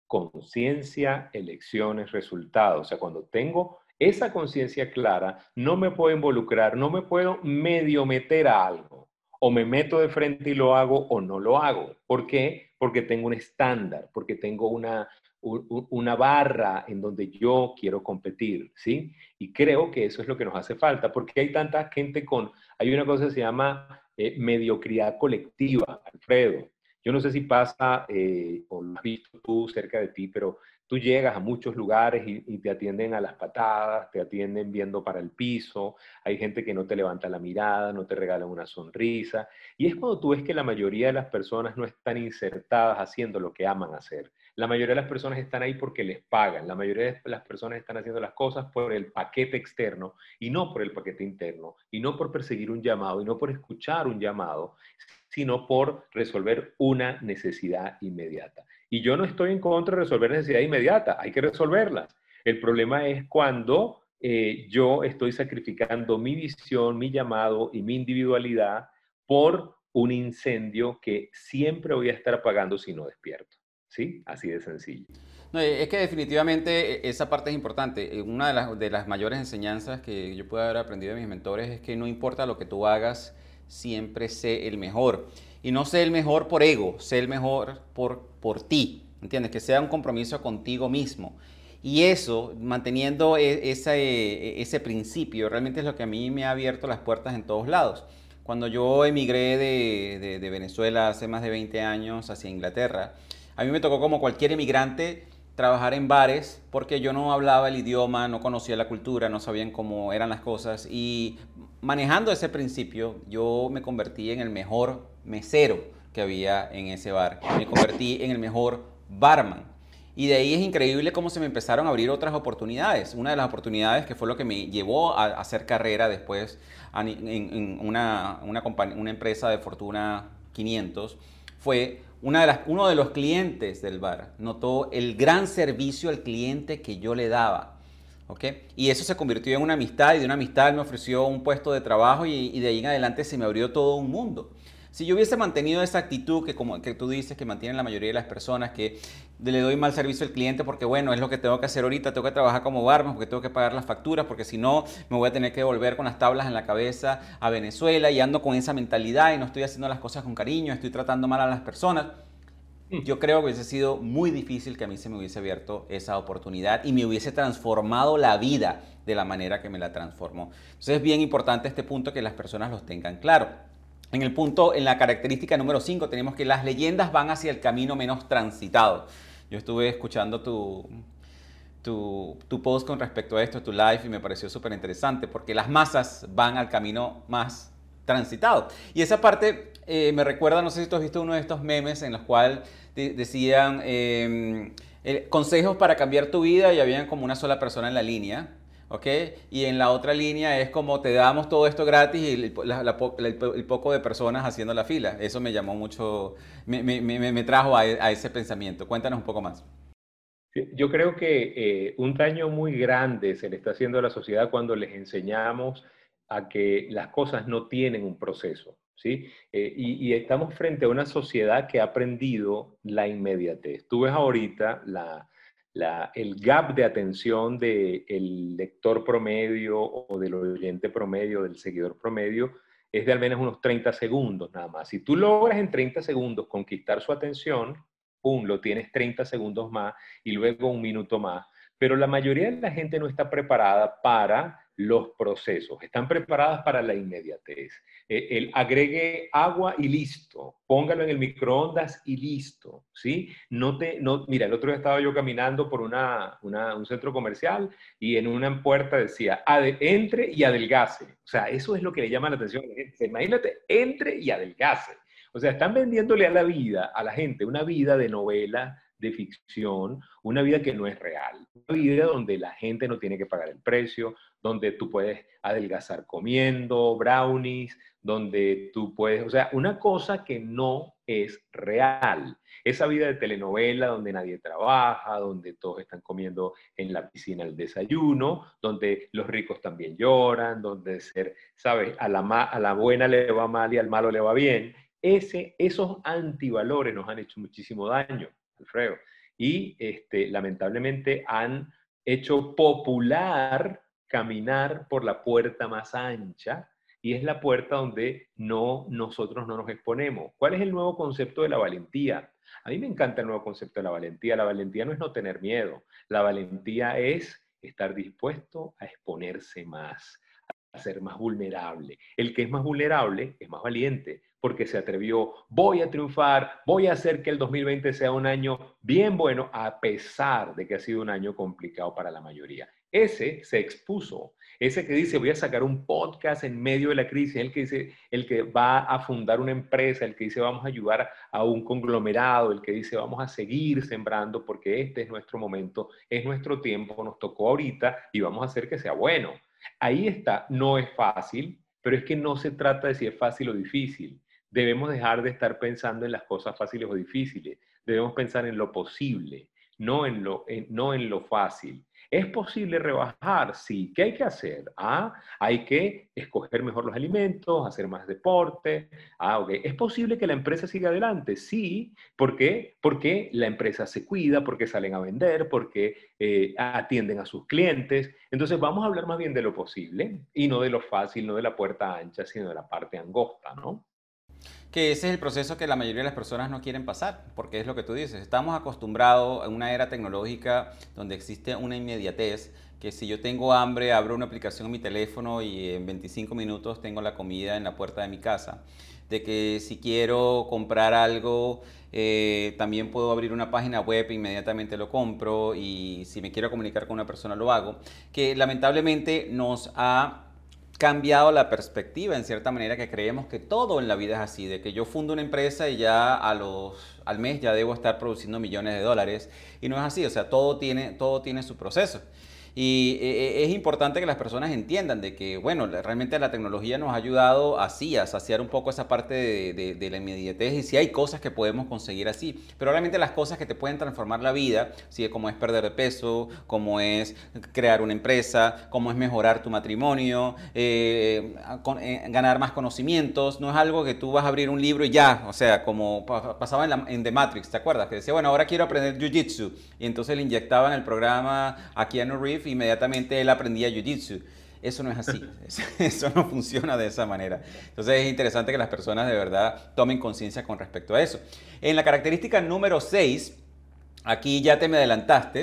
conciencia, elecciones, resultados. O sea, cuando tengo esa conciencia clara, no me puedo involucrar, no me puedo medio meter a algo. O me meto de frente y lo hago o no lo hago. ¿Por qué? Porque tengo un estándar, porque tengo una, una barra en donde yo quiero competir, ¿sí? Y creo que eso es lo que nos hace falta, porque hay tanta gente con, hay una cosa que se llama eh, mediocridad colectiva, Alfredo. Yo no sé si pasa, eh, o lo has visto tú cerca de ti, pero tú llegas a muchos lugares y, y te atienden a las patadas, te atienden viendo para el piso, hay gente que no te levanta la mirada, no te regala una sonrisa, y es cuando tú ves que la mayoría de las personas no están insertadas haciendo lo que aman hacer. La mayoría de las personas están ahí porque les pagan, la mayoría de las personas están haciendo las cosas por el paquete externo y no por el paquete interno, y no por perseguir un llamado, y no por escuchar un llamado, sino por resolver una necesidad inmediata. Y yo no estoy en contra de resolver necesidades inmediatas, hay que resolverlas. El problema es cuando eh, yo estoy sacrificando mi visión, mi llamado y mi individualidad por un incendio que siempre voy a estar apagando si no despierto. ¿Sí? Así de sencillo. No, es que definitivamente esa parte es importante. Una de las, de las mayores enseñanzas que yo puedo haber aprendido de mis mentores es que no importa lo que tú hagas, siempre sé el mejor. Y no sé el mejor por ego, sé el mejor por, por ti, ¿entiendes? Que sea un compromiso contigo mismo. Y eso, manteniendo ese, ese principio, realmente es lo que a mí me ha abierto las puertas en todos lados. Cuando yo emigré de, de, de Venezuela hace más de veinte años hacia Inglaterra, a mí me tocó como cualquier emigrante trabajar en bares porque yo no hablaba el idioma, no conocía la cultura, no sabían cómo eran las cosas y manejando ese principio yo me convertí en el mejor mesero que había en ese bar, me convertí en el mejor barman y de ahí es increíble cómo se me empezaron a abrir otras oportunidades. Una de las oportunidades que fue lo que me llevó a hacer carrera después en, en una, una, una empresa de Fortuna quinientos fue Una de las, uno de los clientes del bar notó el gran servicio al cliente que yo le daba, ¿okay? Y eso se convirtió en una amistad y de una amistad me ofreció un puesto de trabajo y, y de ahí en adelante se me abrió todo un mundo. Si yo hubiese mantenido esa actitud que, como que tú dices que mantienen la mayoría de las personas, que le doy mal servicio al cliente porque bueno, es lo que tengo que hacer ahorita, tengo que trabajar como barman porque tengo que pagar las facturas, porque si no me voy a tener que volver con las tablas en la cabeza a Venezuela y ando con esa mentalidad y no estoy haciendo las cosas con cariño, estoy tratando mal a las personas. Yo creo que hubiese sido muy difícil que a mí se me hubiese abierto esa oportunidad y me hubiese transformado la vida de la manera que me la transformó. Entonces es bien importante este punto que las personas los tengan claro. En el punto, en la característica número cinco, tenemos que las leyendas van hacia el camino menos transitado. Yo estuve escuchando tu, tu, tu post con respecto a esto, tu live, y me pareció súper interesante porque las masas van al camino más transitado. Y esa parte eh, me recuerda, no sé si tú has visto uno de estos memes en los cuales de, decían eh, eh, consejos para cambiar tu vida y habían como una sola persona en la línea. ¿Ok? Y en la otra línea es como te damos todo esto gratis y el, la, la, el, el poco de personas haciendo la fila. Eso me llamó mucho, me, me, me, me trajo a, a ese pensamiento. Cuéntanos un poco más. Yo creo que eh, un daño muy grande se le está haciendo a la sociedad cuando les enseñamos a que las cosas no tienen un proceso, ¿sí? Eh, y, y estamos frente a una sociedad que ha aprendido la inmediatez. Tú ves ahorita la, la, el gap de atención del lector promedio o del oyente promedio, del seguidor promedio, es de al menos unos treinta segundos nada más. Si tú logras en treinta segundos conquistar su atención, pum, lo tienes treinta segundos más y luego un minuto más. Pero la mayoría de la gente no está preparada para los procesos, están preparadas para la inmediatez. Eh, el agregue agua y listo, póngalo en el microondas y listo, ¿sí? No te, no, mira, el otro día estaba yo caminando por una, una, un centro comercial y en una puerta decía, entre y adelgace. O sea, eso es lo que le llama la atención a la gente. Imagínate, entre y adelgace. O sea, están vendiéndole a la vida, a la gente, una vida de novela, de ficción, una vida que no es real. Una vida donde la gente no tiene que pagar el precio, donde tú puedes adelgazar comiendo brownies, donde tú puedes, o sea, una cosa que no es real. Esa vida de telenovela donde nadie trabaja, donde todos están comiendo en la piscina el desayuno, donde los ricos también lloran, donde ser, ¿sabes? A la, a la buena le va mal y al malo le va bien. Ese, esos antivalores nos han hecho muchísimo daño, Alfredo, y este, lamentablemente han hecho popular caminar por la puerta más ancha y es la puerta donde no, nosotros no nos exponemos. ¿Cuál es el nuevo concepto de la valentía? A mí me encanta el nuevo concepto de la valentía. La valentía no es no tener miedo, la valentía es estar dispuesto a exponerse más, a ser más vulnerable. El que es más vulnerable es más valiente porque se atrevió, voy a triunfar, voy a hacer que el dos mil veinte sea un año bien bueno, a pesar de que ha sido un año complicado para la mayoría. Ese se expuso, ese que dice voy a sacar un podcast en medio de la crisis, el que dice, el que va a fundar una empresa, el que dice vamos a ayudar a un conglomerado, el que dice vamos a seguir sembrando porque este es nuestro momento, es nuestro tiempo, nos tocó ahorita y vamos a hacer que sea bueno. Ahí está, no es fácil, pero es que no se trata de si es fácil o difícil. Debemos dejar de estar pensando en las cosas fáciles o difíciles. Debemos pensar en lo posible, no en lo, en, no en lo fácil. ¿Es posible rebajar? Sí. ¿Qué hay que hacer? Ah, hay que escoger mejor los alimentos, hacer más deporte. Ah, ok. ¿Es posible que la empresa siga adelante? Sí. ¿Por qué? Porque la empresa se cuida, porque salen a vender, porque eh, atienden a sus clientes. Entonces vamos a hablar más bien de lo posible y no de lo fácil, no de la puerta ancha, sino de la parte angosta, ¿no? Que ese es el proceso que la mayoría de las personas no quieren pasar, porque es lo que tú dices, estamos acostumbrados a una era tecnológica donde existe una inmediatez, que si yo tengo hambre, abro una aplicación en mi teléfono y en veinticinco minutos tengo la comida en la puerta de mi casa. De que si quiero comprar algo, eh, también puedo abrir una página web e inmediatamente lo compro, y si me quiero comunicar con una persona lo hago, que lamentablemente nos ha cambiado la perspectiva en cierta manera, que creemos que todo en la vida es así, de que yo fundo una empresa y ya a los, al mes ya debo estar produciendo millones de dólares, y no es así, o sea, todo tiene, todo tiene su proceso. Y eh, es importante que las personas entiendan de que, bueno, realmente la tecnología nos ha ayudado así, a saciar un poco esa parte de, de, de la inmediatez y sí hay cosas que podemos conseguir así, pero realmente las cosas que te pueden transformar la vida, ¿sí? Como es perder de peso, como es crear una empresa, como es mejorar tu matrimonio, eh, con, eh, ganar más conocimientos, no es algo que tú vas a abrir un libro y ya, o sea, como pa pasaba en, la, en The Matrix, ¿te acuerdas? Que decía, bueno, ahora quiero aprender Jiu-Jitsu y entonces le inyectaban el programa a Keanu Reeves y inmediatamente él aprendía Jiu-Jitsu. Eso no es así, eso no funciona de esa manera. Entonces es interesante que las personas de verdad tomen conciencia con respecto a eso. En la característica número seis, aquí ya te me adelantaste,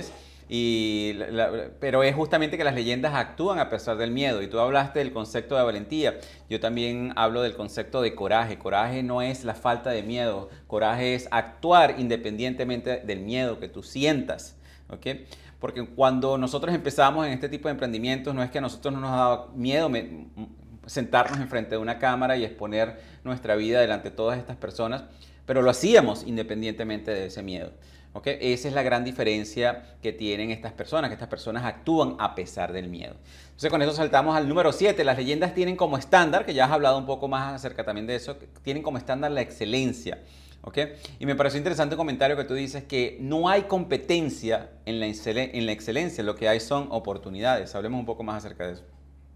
y la, la, pero es justamente que las leyendas actúan a pesar del miedo. Y tú hablaste del concepto de valentía. Yo también hablo del concepto de coraje. Coraje no es la falta de miedo. Coraje es actuar independientemente del miedo que tú sientas. ¿Okay? Porque cuando nosotros empezamos en este tipo de emprendimientos, no es que a nosotros no nos daba miedo me, sentarnos enfrente de una cámara y exponer nuestra vida delante de todas estas personas, pero lo hacíamos independientemente de ese miedo. ¿Okay? Esa es la gran diferencia que tienen estas personas, que estas personas actúan a pesar del miedo. Entonces con eso saltamos al número siete. Las leyendas tienen como estándar, que ya has hablado un poco más acerca también de eso, tienen como estándar la excelencia. ¿Okay? Y me pareció interesante un comentario que tú dices que no hay competencia en la, en la excelencia, lo que hay son oportunidades. Hablemos un poco más acerca de eso.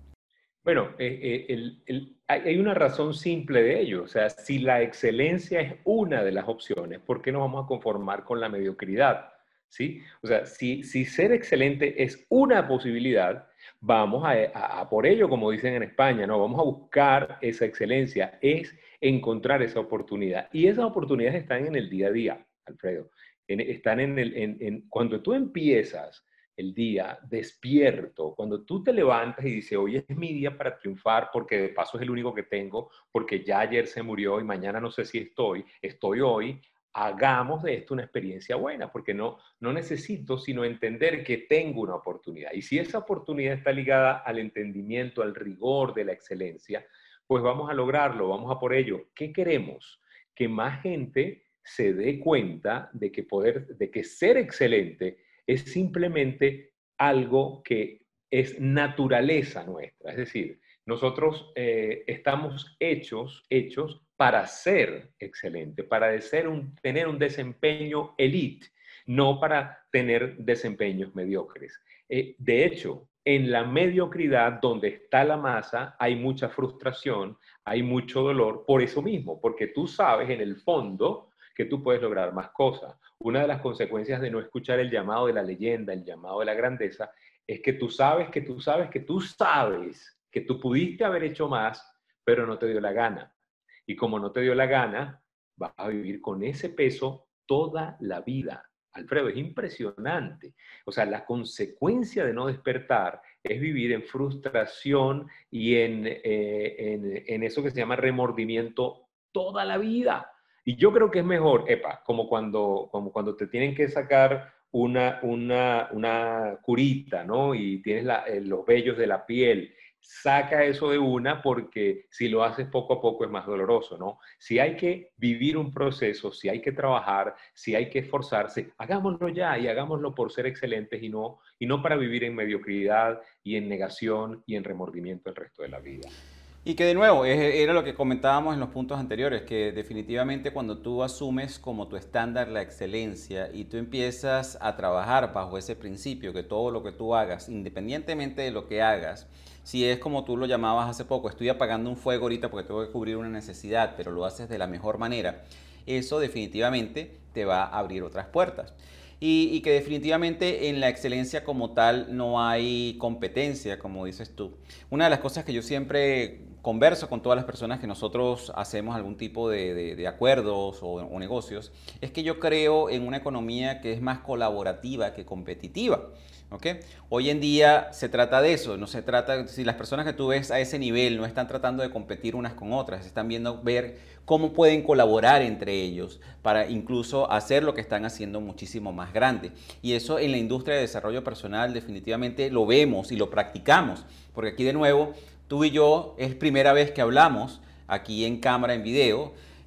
Bueno, eh, eh, el, el, hay una razón simple de ello. O sea, si la excelencia es una de las opciones, ¿por qué nos vamos a conformar con la mediocridad? ¿Sí? O sea, si, si ser excelente es una posibilidad, vamos a, a, a por ello, como dicen en España, ¿no? Vamos a buscar esa excelencia, es encontrar esa oportunidad. Y esas oportunidades están en el día a día, Alfredo. En, están en el, en, en, cuando tú empiezas el día despierto, cuando tú te levantas y dices, hoy es mi día para triunfar porque de paso es el único que tengo, porque ya ayer se murió y mañana no sé si estoy, estoy hoy, hagamos de esto una experiencia buena, porque no, no necesito sino entender que tengo una oportunidad. Y si esa oportunidad está ligada al entendimiento, al rigor de la excelencia, pues vamos a lograrlo, vamos a por ello. ¿Qué queremos? Que más gente se dé cuenta de que, poder, de que ser excelente es simplemente algo que es naturaleza nuestra. Es decir, nosotros eh, estamos hechos, hechos para ser excelente, para ser un, tener un desempeño elite, no para tener desempeños mediocres. Eh, de hecho, en la mediocridad, donde está la masa, hay mucha frustración, hay mucho dolor, por eso mismo, porque tú sabes en el fondo que tú puedes lograr más cosas. Una de las consecuencias de no escuchar el llamado de la leyenda, el llamado de la grandeza, es que tú sabes que tú sabes que tú sabes que tú pudiste haber hecho más, pero no te dio la gana. Y como no te dio la gana, vas a vivir con ese peso toda la vida. Alfredo, es impresionante. O sea, la consecuencia de no despertar es vivir en frustración y en, eh, en, en eso que se llama remordimiento toda la vida. Y yo creo que es mejor, epa, como cuando, como cuando te tienen que sacar una, una, una curita, ¿no? Y tienes la, eh, los vellos de la piel. Saca eso de una porque si lo haces poco a poco es más doloroso, ¿no? Si hay que vivir un proceso, si hay que trabajar, si hay que esforzarse, hagámoslo ya y hagámoslo por ser excelentes y no, y no para vivir en mediocridad y en negación y en remordimiento el resto de la vida. Y que de nuevo, era lo que comentábamos en los puntos anteriores, que definitivamente cuando tú asumes como tu estándar la excelencia y tú empiezas a trabajar bajo ese principio, que todo lo que tú hagas, independientemente de lo que hagas, si es como tú lo llamabas hace poco, estoy apagando un fuego ahorita porque tengo que cubrir una necesidad, pero lo haces de la mejor manera, eso definitivamente te va a abrir otras puertas. Y, y, que definitivamente en la excelencia como tal no hay competencia, como dices tú. Una de las cosas que yo siempre converso con todas las personas que nosotros hacemos algún tipo de, de, de acuerdos o, o negocios, es que yo creo en una economía que es más colaborativa que competitiva. ¿Okay? Hoy en día se trata de eso, no se trata, si las personas que tú ves a ese nivel no están tratando de competir unas con otras, están viendo ver cómo pueden colaborar entre ellos para incluso hacer lo que están haciendo muchísimo más grande. Y eso en la industria de desarrollo personal definitivamente lo vemos y lo practicamos, porque aquí de nuevo tú y yo es primera vez que hablamos aquí en cámara, en video.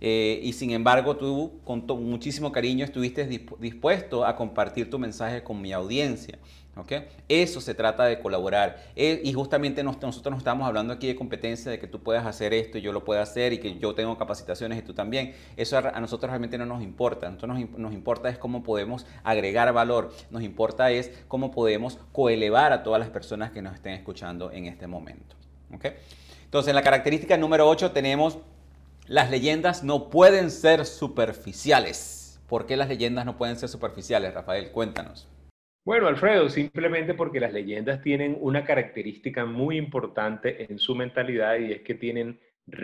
eh, y sin embargo tú con muchísimo cariño estuviste dispuesto a compartir tu mensaje con mi audiencia. ¿Okay? Eso se trata de colaborar, eh, y justamente nos, nosotros nos estamos hablando aquí de competencia, de que tú puedas hacer esto y yo lo pueda hacer y que yo tengo capacitaciones y tú también. Eso a, a nosotros realmente no nos importa. A nosotros nos, nos importa es cómo podemos agregar valor, nos importa es cómo podemos coelevar a todas las personas que nos estén escuchando en este momento. ¿Okay? Entonces, en la característica número ocho tenemos: las leyendas no pueden ser superficiales. ¿Por qué las leyendas no pueden ser superficiales, Rafael? Cuéntanos. Bueno, Alfredo, simplemente porque las leyendas tienen una característica muy importante en su mentalidad, y es que tienen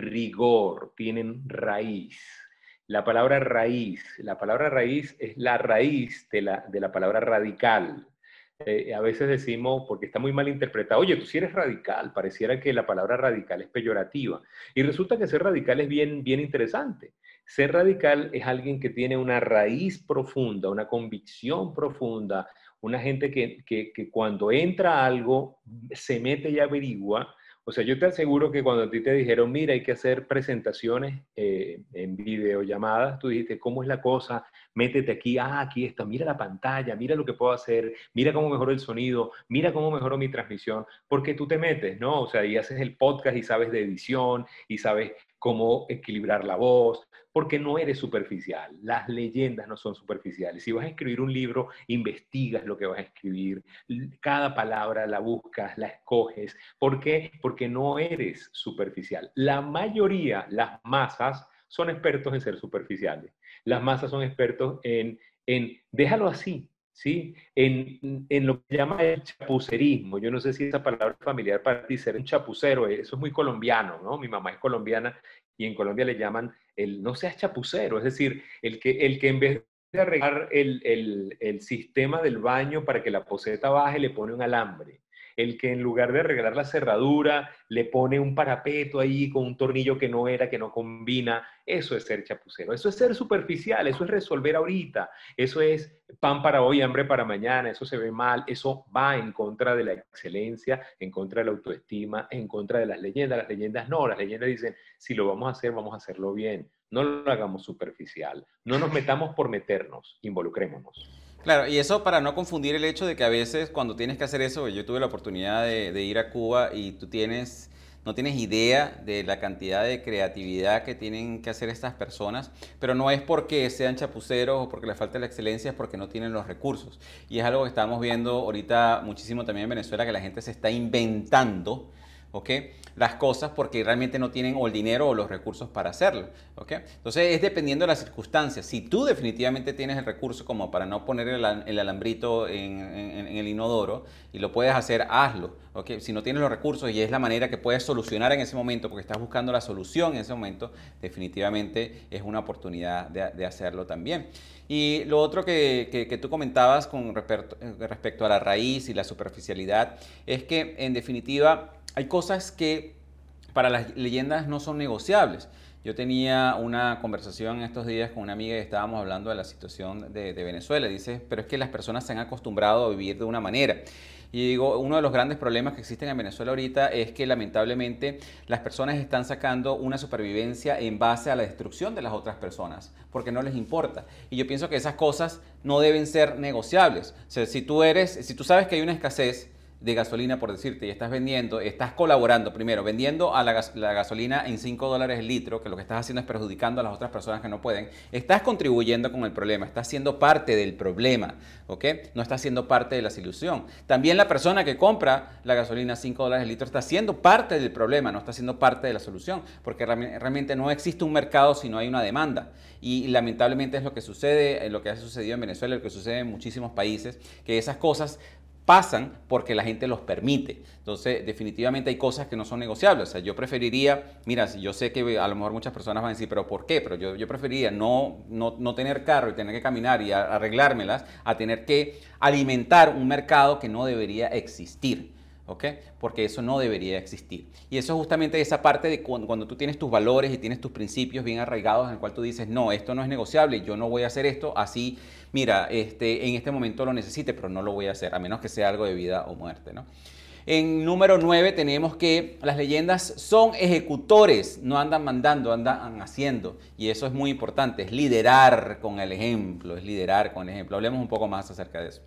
rigor, tienen raíz. La palabra raíz, la palabra raíz es la raíz de la, de la palabra radical. Eh, a veces decimos, porque está muy mal interpretado, oye, tú sí eres radical, pareciera que la palabra radical es peyorativa. Y resulta que ser radical es bien, bien interesante. Ser radical es alguien que tiene una raíz profunda, una convicción profunda, una gente que, que, que cuando entra a algo se mete y averigua. O sea, yo te aseguro que cuando a ti te dijeron, mira, hay que hacer presentaciones eh, en videollamadas, tú dijiste, ¿cómo es la cosa? Métete aquí, ah, aquí está, mira la pantalla, mira lo que puedo hacer, mira cómo mejoró el sonido, mira cómo mejoró mi transmisión, porque tú te metes, ¿no? O sea, y haces el podcast y sabes de edición y sabes cómo equilibrar la voz, porque no eres superficial. Las leyendas no son superficiales. Si vas a escribir un libro, investigas lo que vas a escribir, cada palabra la buscas, la escoges. ¿Por qué? Porque no eres superficial. La mayoría, las masas, son expertos en ser superficiales. Las masas son expertos en, en déjalo así, ¿sí? En, en lo que llama el chapucerismo. Yo no sé si esa palabra es familiar para ti, ser un chapucero, eso es muy colombiano, ¿no? Mi mamá es colombiana y en Colombia le llaman el no seas chapucero, es decir, el que, el que en vez de arreglar el, el, el sistema del baño para que la poceta baje, le pone un alambre. El que en lugar de arreglar la cerradura, le pone un parapeto ahí con un tornillo que no era, que no combina. Eso es ser chapucero. Eso es ser superficial. Eso es resolver ahorita. Eso es pan para hoy, hambre para mañana. Eso se ve mal. Eso va en contra de la excelencia, en contra de la autoestima, en contra de las leyendas. Las leyendas no. Las leyendas dicen, si lo vamos a hacer, vamos a hacerlo bien. No lo hagamos superficial. No nos metamos por meternos. Involucrémonos. Claro, y eso para no confundir el hecho de que a veces cuando tienes que hacer eso, yo tuve la oportunidad de, de ir a Cuba y tú tienes, no tienes idea de la cantidad de creatividad que tienen que hacer estas personas, pero no es porque sean chapuceros o porque les falte la excelencia, es porque no tienen los recursos. Y es algo que estamos viendo ahorita muchísimo también en Venezuela, que la gente se está inventando, ¿ok? Las cosas porque realmente no tienen o el dinero o los recursos para hacerlo, ¿ok? Entonces es dependiendo de las circunstancias. Si tú definitivamente tienes el recurso como para no poner el, el alambrito en, en, en el inodoro y lo puedes hacer, hazlo, ¿ok? Si no tienes los recursos y es la manera que puedes solucionar en ese momento porque estás buscando la solución en ese momento, definitivamente es una oportunidad de, de hacerlo también. Y lo otro que, que, que tú comentabas con respecto, respecto a la raíz y la superficialidad es que en definitiva hay cosas que para las leyendas no son negociables. Yo tenía una conversación estos días con una amiga y estábamos hablando de la situación de, de Venezuela. Dice, pero es que las personas se han acostumbrado a vivir de una manera. Y digo, uno de los grandes problemas que existen en Venezuela ahorita es que lamentablemente las personas están sacando una supervivencia en base a la destrucción de las otras personas, porque no les importa. Y yo pienso que esas cosas no deben ser negociables. O sea, si tú eres, si tú sabes que hay una escasez de gasolina, por decirte, y estás vendiendo, estás colaborando primero, vendiendo a la, gas, la gasolina en cinco dólares el litro, que lo que estás haciendo es perjudicando a las otras personas que no pueden, estás contribuyendo con el problema, estás siendo parte del problema, ¿ok? No estás siendo parte de la solución. También la persona que compra la gasolina a cinco dólares el litro está siendo parte del problema, no está siendo parte de la solución, porque realmente no existe un mercado si no hay una demanda. Y lamentablemente es lo que sucede, lo que ha sucedido en Venezuela, lo que sucede en muchísimos países, que esas cosas pasan porque la gente los permite. Entonces, definitivamente hay cosas que no son negociables. O sea, yo preferiría, mira, yo sé que a lo mejor muchas personas van a decir, pero ¿por qué? Pero yo, yo preferiría no, no, no tener carro y tener que caminar y arreglármelas a tener que alimentar un mercado que no debería existir. ¿Ok? Porque eso no debería existir. Y eso es justamente esa parte de cuando, cuando tú tienes tus valores y tienes tus principios bien arraigados en el cual tú dices, no, esto no es negociable, yo no voy a hacer esto, así, mira, este, en este momento lo necesite, pero no lo voy a hacer, a menos que sea algo de vida o muerte, ¿no? En número nueve tenemos que las leyendas son ejecutores, no andan mandando, andan haciendo. Y eso es muy importante, es liderar con el ejemplo, es liderar con el ejemplo. Hablemos un poco más acerca de eso.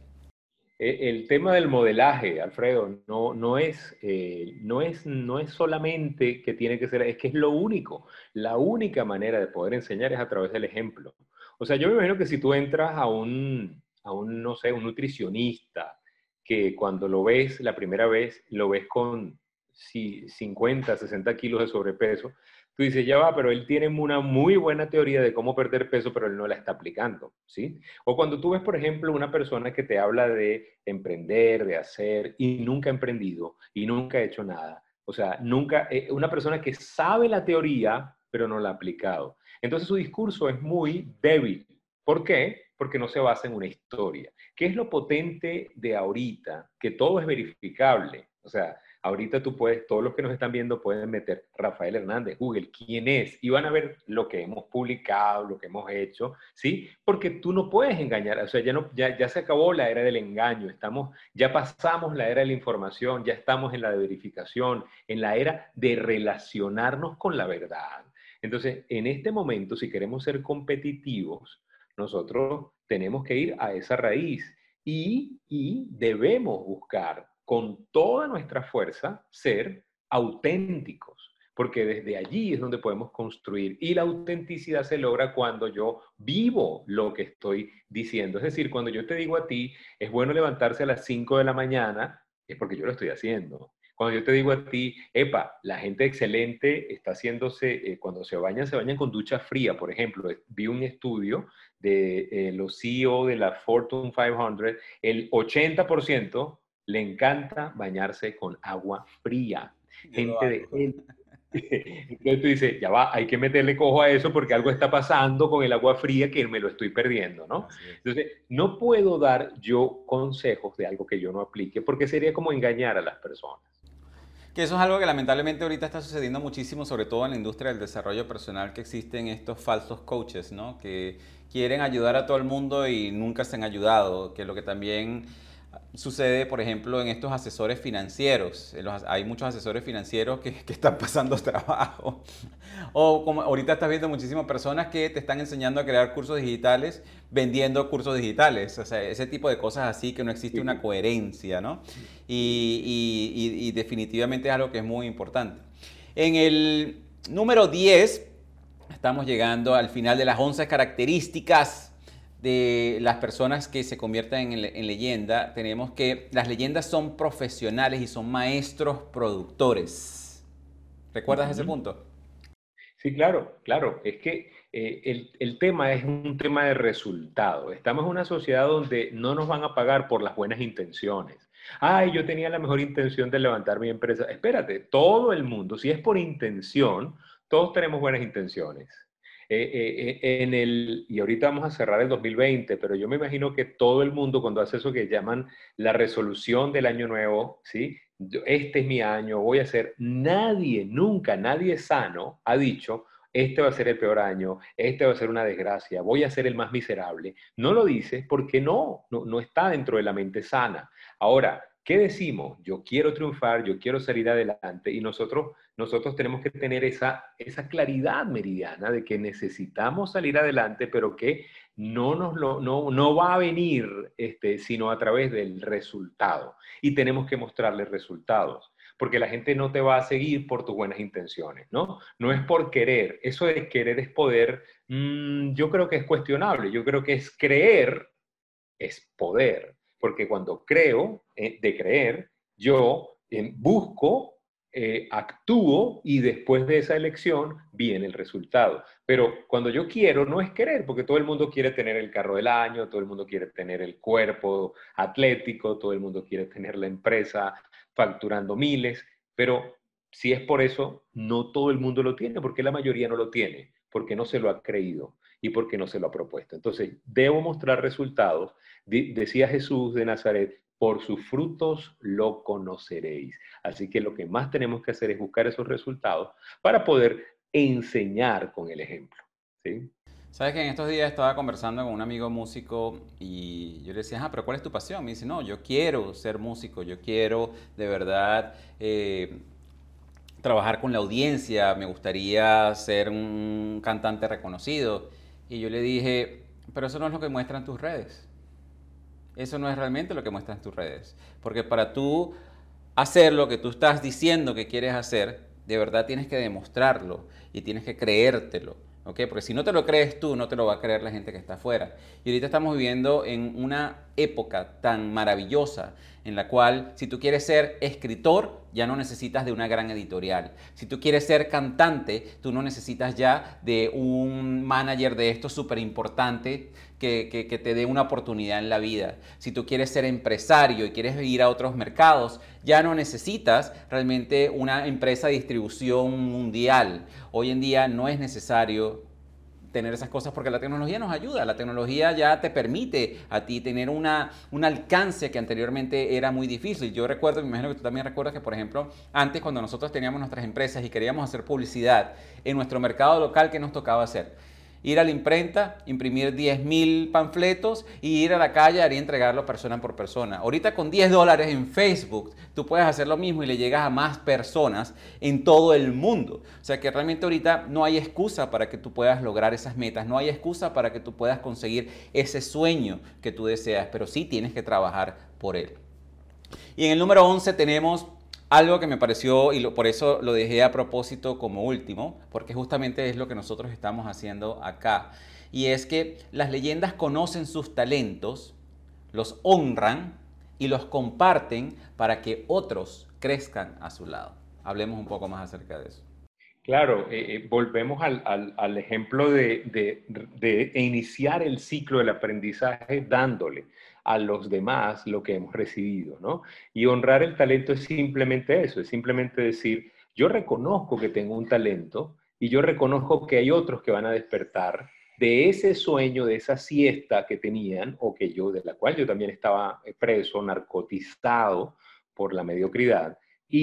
Eh, El tema del modelaje, Alfredo, no, no es, eh, no es, no es solamente que tiene que ser, es que es lo único. La única manera de poder enseñar es a través del ejemplo. O sea, yo me imagino que si tú entras a un, a un, no sé, un nutricionista, que cuando lo ves la primera vez, lo ves con si, cincuenta, sesenta kilos de sobrepeso, tú dices, ya va, pero él tiene una muy buena teoría de cómo perder peso, pero él no la está aplicando, ¿sí? O cuando tú ves, por ejemplo, una persona que te habla de emprender, de hacer, y nunca ha emprendido, y nunca ha hecho nada. O sea, nunca, eh, una persona que sabe la teoría, pero no la ha aplicado. Entonces su discurso es muy débil. ¿Por qué? Porque no se basa en una historia. ¿Qué es lo potente de ahorita? Que todo es verificable. O sea, ahorita tú puedes, todos los que nos están viendo pueden meter Rafael Hernández, Google, ¿quién es? Y van a ver lo que hemos publicado, lo que hemos hecho, ¿sí? Porque tú no puedes engañar, o sea, ya, no, ya, ya se acabó la era del engaño, estamos, ya pasamos la era de la información, ya estamos en la de verificación, en la era de relacionarnos con la verdad. Entonces, en este momento, si queremos ser competitivos, nosotros tenemos que ir a esa raíz y, y debemos buscar con toda nuestra fuerza ser auténticos, porque desde allí es donde podemos construir y la autenticidad se logra cuando yo vivo lo que estoy diciendo. Es decir, cuando yo te digo a ti, es bueno levantarse a las cinco de la mañana, es porque yo lo estoy haciendo. Cuando yo te digo a ti, epa, la gente excelente está haciéndose, eh, cuando se bañan, se bañan con ducha fría, por ejemplo. Vi un estudio de eh, los C E O de la Fortune quinientos, el ochenta por ciento le encanta bañarse con agua fría. Yo lo Gente de hago. él. Entonces tú dices, ya va, hay que meterle cojo a eso porque algo está pasando con el agua fría que me lo estoy perdiendo, ¿no? Así es. Entonces, no puedo dar yo consejos de algo que yo no aplique porque sería como engañar a las personas. Que eso es algo que lamentablemente ahorita está sucediendo muchísimo, sobre todo en la industria del desarrollo personal, que existen estos falsos coaches, ¿no? Que quieren ayudar a todo el mundo y nunca se han ayudado, que lo que también sucede, por ejemplo, en estos asesores financieros. Los- hay muchos asesores financieros que, que están pasando trabajo. O como ahorita estás viendo muchísimas personas que te están enseñando a crear cursos digitales, vendiendo cursos digitales. O sea, ese tipo de cosas así que no existe una Sí, coherencia, ¿no? Y, y- y- y definitivamente es algo que es muy importante. En el número diez estamos llegando al final de las once características de las personas que se convierten en, en leyenda. Tenemos que las leyendas son profesionales y son maestros productores. ¿Recuerdas ese ujú. punto? Sí, claro, claro. Es que eh, el, el tema es un tema de resultado. Estamos en una sociedad donde no nos van a pagar por las buenas intenciones. Ay, yo tenía la mejor intención de levantar mi empresa. Espérate, todo el mundo, si es por intención, todos tenemos buenas intenciones. Eh, eh, eh, en el, y ahorita vamos a cerrar el dos mil veinte, pero yo me imagino que todo el mundo cuando hace eso que llaman la resolución del año nuevo, ¿sí? Este es mi año, voy a hacer, nadie, nunca, nadie sano ha dicho, este va a ser el peor año, este va a ser una desgracia, voy a ser el más miserable. No lo dice porque no, no, no está dentro de la mente sana. Ahora, ¿qué decimos? Yo quiero triunfar, yo quiero salir adelante y nosotros, nosotros tenemos que tener esa, esa claridad meridiana de que necesitamos salir adelante, pero que no, nos lo, no, no va a venir este, sino a través del resultado y tenemos que mostrarles resultados, porque la gente no te va a seguir por tus buenas intenciones, ¿no? No es por querer, eso de querer es poder, mmm, yo creo que es cuestionable, yo creo que es creer, es poder, porque cuando creo, eh, de creer, yo eh, busco, eh, actúo y después de esa elección viene el resultado. Pero cuando yo quiero, no es querer, porque todo el mundo quiere tener el carro del año, todo el mundo quiere tener el cuerpo atlético, todo el mundo quiere tener la empresa facturando miles, pero si es por eso, no todo el mundo lo tiene, porque la mayoría no lo tiene, porque no se lo ha creído y porque no se lo ha propuesto. Entonces, debo mostrar resultados. Decía Jesús de Nazaret, por sus frutos lo conoceréis. Así que lo que más tenemos que hacer es buscar esos resultados para poder enseñar con el ejemplo. ¿Sí? Sabes que en estos días estaba conversando con un amigo músico y yo le decía, ah, pero ¿cuál es tu pasión? Me dice, no, yo quiero ser músico, yo quiero de verdad eh, trabajar con la audiencia, me gustaría ser un cantante reconocido. Y yo le dije, pero eso no es lo que muestran tus redes. Eso no es realmente lo que muestran tus redes. Porque para tú hacer lo que tú estás diciendo que quieres hacer, de verdad tienes que demostrarlo y tienes que creértelo. ¿Ok? Porque si no te lo crees tú, no te lo va a creer la gente que está afuera. Y ahorita estamos viviendo en una época tan maravillosa en la cual si tú quieres ser escritor, ya no necesitas de una gran editorial. Si tú quieres ser cantante, tú no necesitas ya de un manager de esto súper importante que, que, que te dé una oportunidad en la vida. Si tú quieres ser empresario y quieres ir a otros mercados, ya no necesitas realmente una empresa de distribución mundial. Hoy en día no es necesario tener esas cosas porque la tecnología nos ayuda, la tecnología ya te permite a ti tener una, un alcance que anteriormente era muy difícil. Yo recuerdo, me imagino que tú también recuerdas que, por ejemplo, antes cuando nosotros teníamos nuestras empresas y queríamos hacer publicidad en nuestro mercado local, ¿qué nos tocaba hacer? Ir a la imprenta, imprimir diez mil panfletos y ir a la calle y entregarlo persona por persona. Ahorita con diez dólares en Facebook, tú puedes hacer lo mismo y le llegas a más personas en todo el mundo. O sea que realmente ahorita no hay excusa para que tú puedas lograr esas metas, no hay excusa para que tú puedas conseguir ese sueño que tú deseas, pero sí tienes que trabajar por él. Y en el número once tenemos algo que me pareció, y lo, por eso lo dejé a propósito como último, porque justamente es lo que nosotros estamos haciendo acá. Y es que las leyendas conocen sus talentos, los honran y los comparten para que otros crezcan a su lado. Hablemos un poco más acerca de eso. Claro, eh, eh, volvemos al, al, al ejemplo de, de, de iniciar el ciclo del aprendizaje dándole a los demás lo que hemos recibido, ¿no? Y honrar el talento es simplemente eso, es simplemente decir, yo reconozco que tengo un talento y yo reconozco que hay otros que van a despertar de ese sueño, de esa siesta que tenían o que yo, de la cual yo también estaba preso, narcotizado por la mediocridad.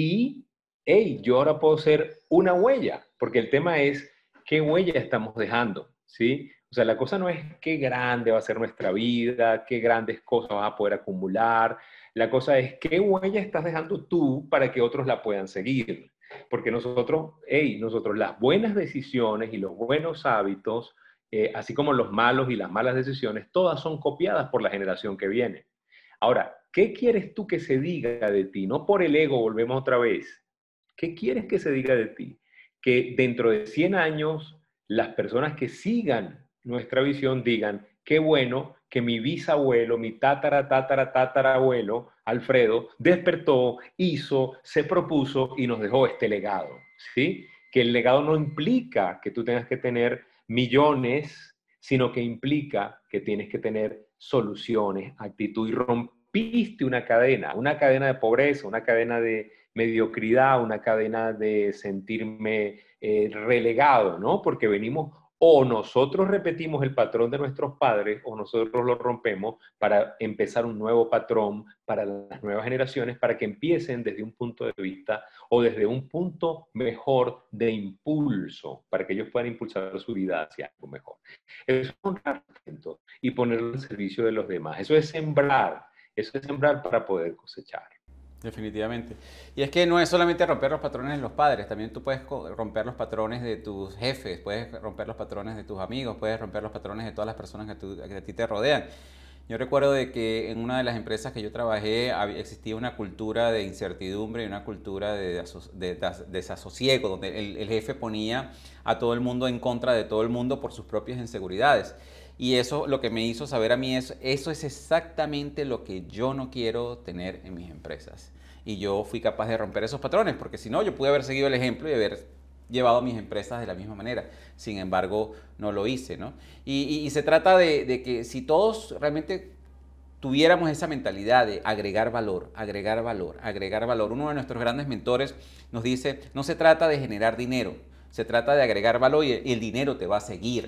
Y hey, yo ahora puedo ser una huella, porque el tema es qué huella estamos dejando, ¿sí? O sea, la cosa no es qué grande va a ser nuestra vida, qué grandes cosas vas a poder acumular. La cosa es qué huella estás dejando tú para que otros la puedan seguir. Porque nosotros, hey, nosotros las buenas decisiones y los buenos hábitos, eh, así como los malos y las malas decisiones, todas son copiadas por la generación que viene. Ahora, ¿qué quieres tú que se diga de ti? No por el ego, volvemos otra vez. ¿Qué quieres que se diga de ti? Que dentro de cien años las personas que sigan nuestra visión digan, qué bueno que mi bisabuelo, mi tatara, tatara, tatarabuelo, Alfredo, despertó, hizo, se propuso y nos dejó este legado, ¿sí? Que el legado no implica que tú tengas que tener millones, sino que implica que tienes que tener soluciones, actitud y rompiste una cadena, una cadena de pobreza, una cadena de mediocridad, una cadena de sentirme eh, relegado, ¿no? Porque venimos, o nosotros repetimos el patrón de nuestros padres, o nosotros lo rompemos para empezar un nuevo patrón para las nuevas generaciones, para que empiecen desde un punto de vista o desde un punto mejor de impulso, para que ellos puedan impulsar su vida hacia algo mejor. Eso es honrar talento y ponerlo al servicio de los demás. Eso es sembrar, eso es sembrar para poder cosechar. Definitivamente. Y es que no es solamente romper los patrones de los padres, también tú puedes romper los patrones de tus jefes, puedes romper los patrones de tus amigos, puedes romper los patrones de todas las personas que, tú, que a ti te rodean. Yo recuerdo de que en una de las empresas que yo trabajé existía una cultura de incertidumbre y una cultura de, de, de desasosiego, donde el, el jefe ponía a todo el mundo en contra de todo el mundo por sus propias inseguridades. Y eso lo que me hizo saber a mí es, eso es exactamente lo que yo no quiero tener en mis empresas. Y yo fui capaz de romper esos patrones, porque si no, yo pude haber seguido el ejemplo y haber llevado a mis empresas de la misma manera. Sin embargo, no lo hice, ¿no? Y, y, y se trata de, de que si todos realmente tuviéramos esa mentalidad de agregar valor, agregar valor, agregar valor. Uno de nuestros grandes mentores nos dice, no se trata de generar dinero, se trata de agregar valor y el, y el dinero te va a seguir.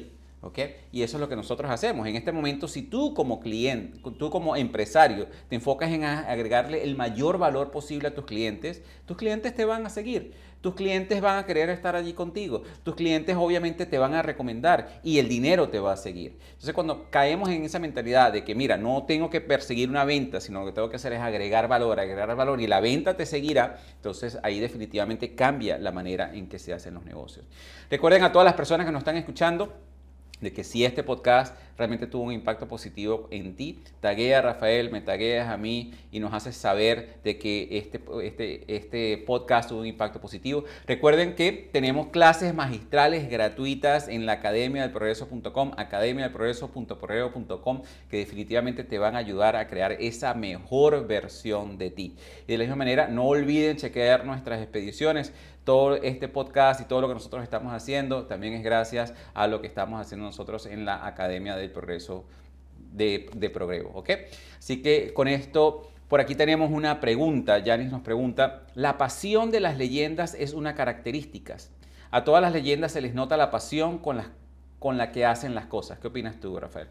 ¿ok? Y eso es lo que nosotros hacemos. En este momento, si tú como cliente, tú como empresario, te enfocas en agregarle el mayor valor posible a tus clientes, tus clientes te van a seguir. Tus clientes van a querer estar allí contigo. Tus clientes obviamente te van a recomendar y el dinero te va a seguir. Entonces, cuando caemos en esa mentalidad de que, mira, no tengo que perseguir una venta, sino lo que tengo que hacer es agregar valor, agregar valor y la venta te seguirá, entonces ahí definitivamente cambia la manera en que se hacen los negocios. Recuerden a todas las personas que nos están escuchando, de que si este podcast realmente tuvo un impacto positivo en ti, taguea a Rafael, me tagueas a mí y nos haces saber de que este, este, este podcast tuvo un impacto positivo. Recuerden que tenemos clases magistrales gratuitas en la academia del progreso punto com, academia del progreso punto progreso punto com, que definitivamente te van a ayudar a crear esa mejor versión de ti. Y de la misma manera, no olviden chequear nuestras expediciones. Todo este podcast y todo lo que nosotros estamos haciendo también es gracias a lo que estamos haciendo nosotros en la Academia del Progreso de, de Progreso, ¿ok? Así que con esto, por aquí tenemos una pregunta. Yanis nos pregunta, ¿la pasión de las leyendas es una característica? A todas las leyendas se les nota la pasión con la, con la que hacen las cosas. ¿Qué opinas tú, Rafael?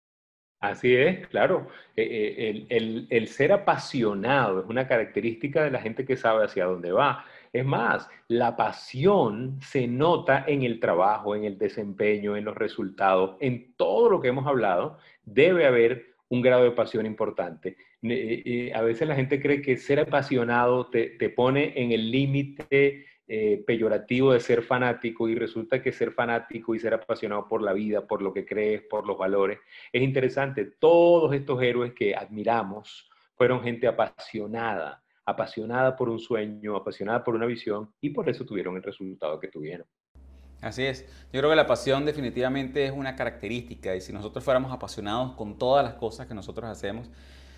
Así es, claro. Eh, El, el, el ser apasionado es una característica de la gente que sabe hacia dónde va. Es más, la pasión se nota en el trabajo, en el desempeño, en los resultados, en todo lo que hemos hablado. Debe haber un grado de pasión importante. Eh, eh, A veces la gente cree que ser apasionado te, te pone en el límite eh, peyorativo de ser fanático, y resulta que ser fanático y ser apasionado por la vida, por lo que crees, por los valores, es interesante. Todos estos héroes que admiramos fueron gente apasionada, apasionada por un sueño, apasionada por una visión, y por eso tuvieron el resultado que tuvieron. Así es. Yo creo que la pasión definitivamente es una característica y si nosotros fuéramos apasionados con todas las cosas que nosotros hacemos,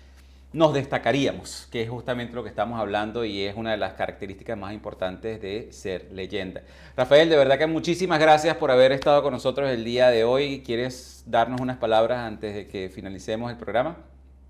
nos destacaríamos, que es justamente lo que estamos hablando y es una de las características más importantes de ser leyenda. Rafael, de verdad que muchísimas gracias por haber estado con nosotros el día de hoy. ¿Quieres darnos unas palabras antes de que finalicemos el programa?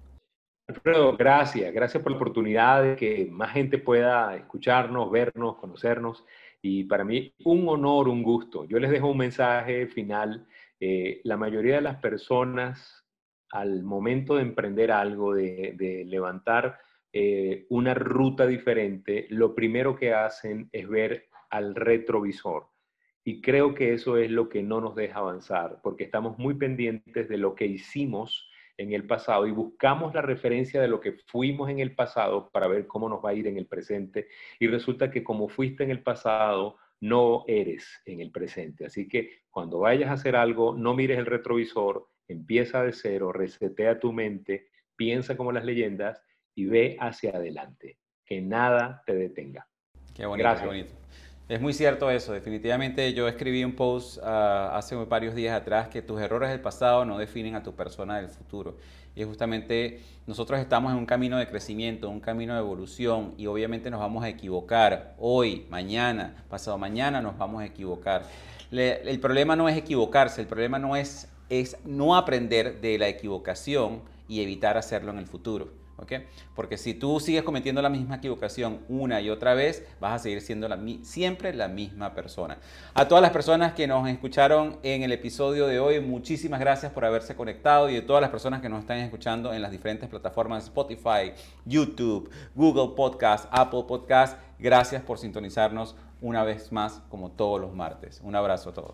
Alfredo, gracias, gracias por la oportunidad de que más gente pueda escucharnos, vernos, conocernos, y para mí un honor, un gusto. Yo les dejo un mensaje final. Eh, la mayoría de las personas al momento de emprender algo, de, de levantar eh, una ruta diferente, lo primero que hacen es ver al retrovisor. Y creo que eso es lo que no nos deja avanzar, porque estamos muy pendientes de lo que hicimos en el pasado y buscamos la referencia de lo que fuimos en el pasado para ver cómo nos va a ir en el presente, y resulta que como fuiste en el pasado, no eres en el presente. Así que cuando vayas a hacer algo, no mires el retrovisor, empieza de cero, resetea tu mente, piensa como las leyendas y ve hacia adelante. Que nada te detenga. Qué bonito, Gracias. qué bonito. Es muy cierto eso, definitivamente yo escribí un post uh, hace varios días atrás que tus errores del pasado no definen a tu persona del futuro. Y justamente nosotros estamos en un camino de crecimiento, un camino de evolución y obviamente nos vamos a equivocar. Hoy, mañana, pasado mañana nos vamos a equivocar. Le, el problema no es equivocarse, el problema no es, es no aprender de la equivocación y evitar hacerlo en el futuro. ¿Okay? Porque si tú sigues cometiendo la misma equivocación una y otra vez, vas a seguir siendo la, siempre la misma persona. A todas las personas que nos escucharon en el episodio de hoy, muchísimas gracias por haberse conectado, y a todas las personas que nos están escuchando en las diferentes plataformas Spotify, YouTube, Google Podcast, Apple Podcast, gracias por sintonizarnos una vez más como todos los martes. Un abrazo a todos.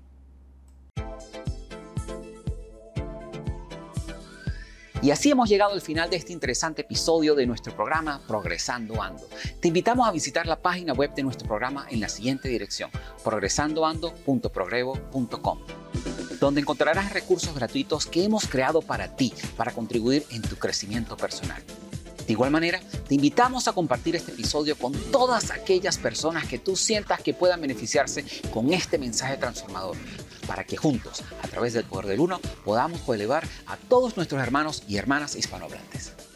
Y así hemos llegado al final de este interesante episodio de nuestro programa Progresando Ando. Te invitamos a visitar la página web de nuestro programa en la siguiente dirección: progresando ando punto progreso punto com, donde encontrarás recursos gratuitos que hemos creado para ti, para contribuir en tu crecimiento personal. De igual manera, te invitamos a compartir este episodio con todas aquellas personas que tú sientas que puedan beneficiarse con este mensaje transformador, para que juntos, a través del poder del uno, podamos elevar a todos nuestros hermanos y hermanas hispanohablantes.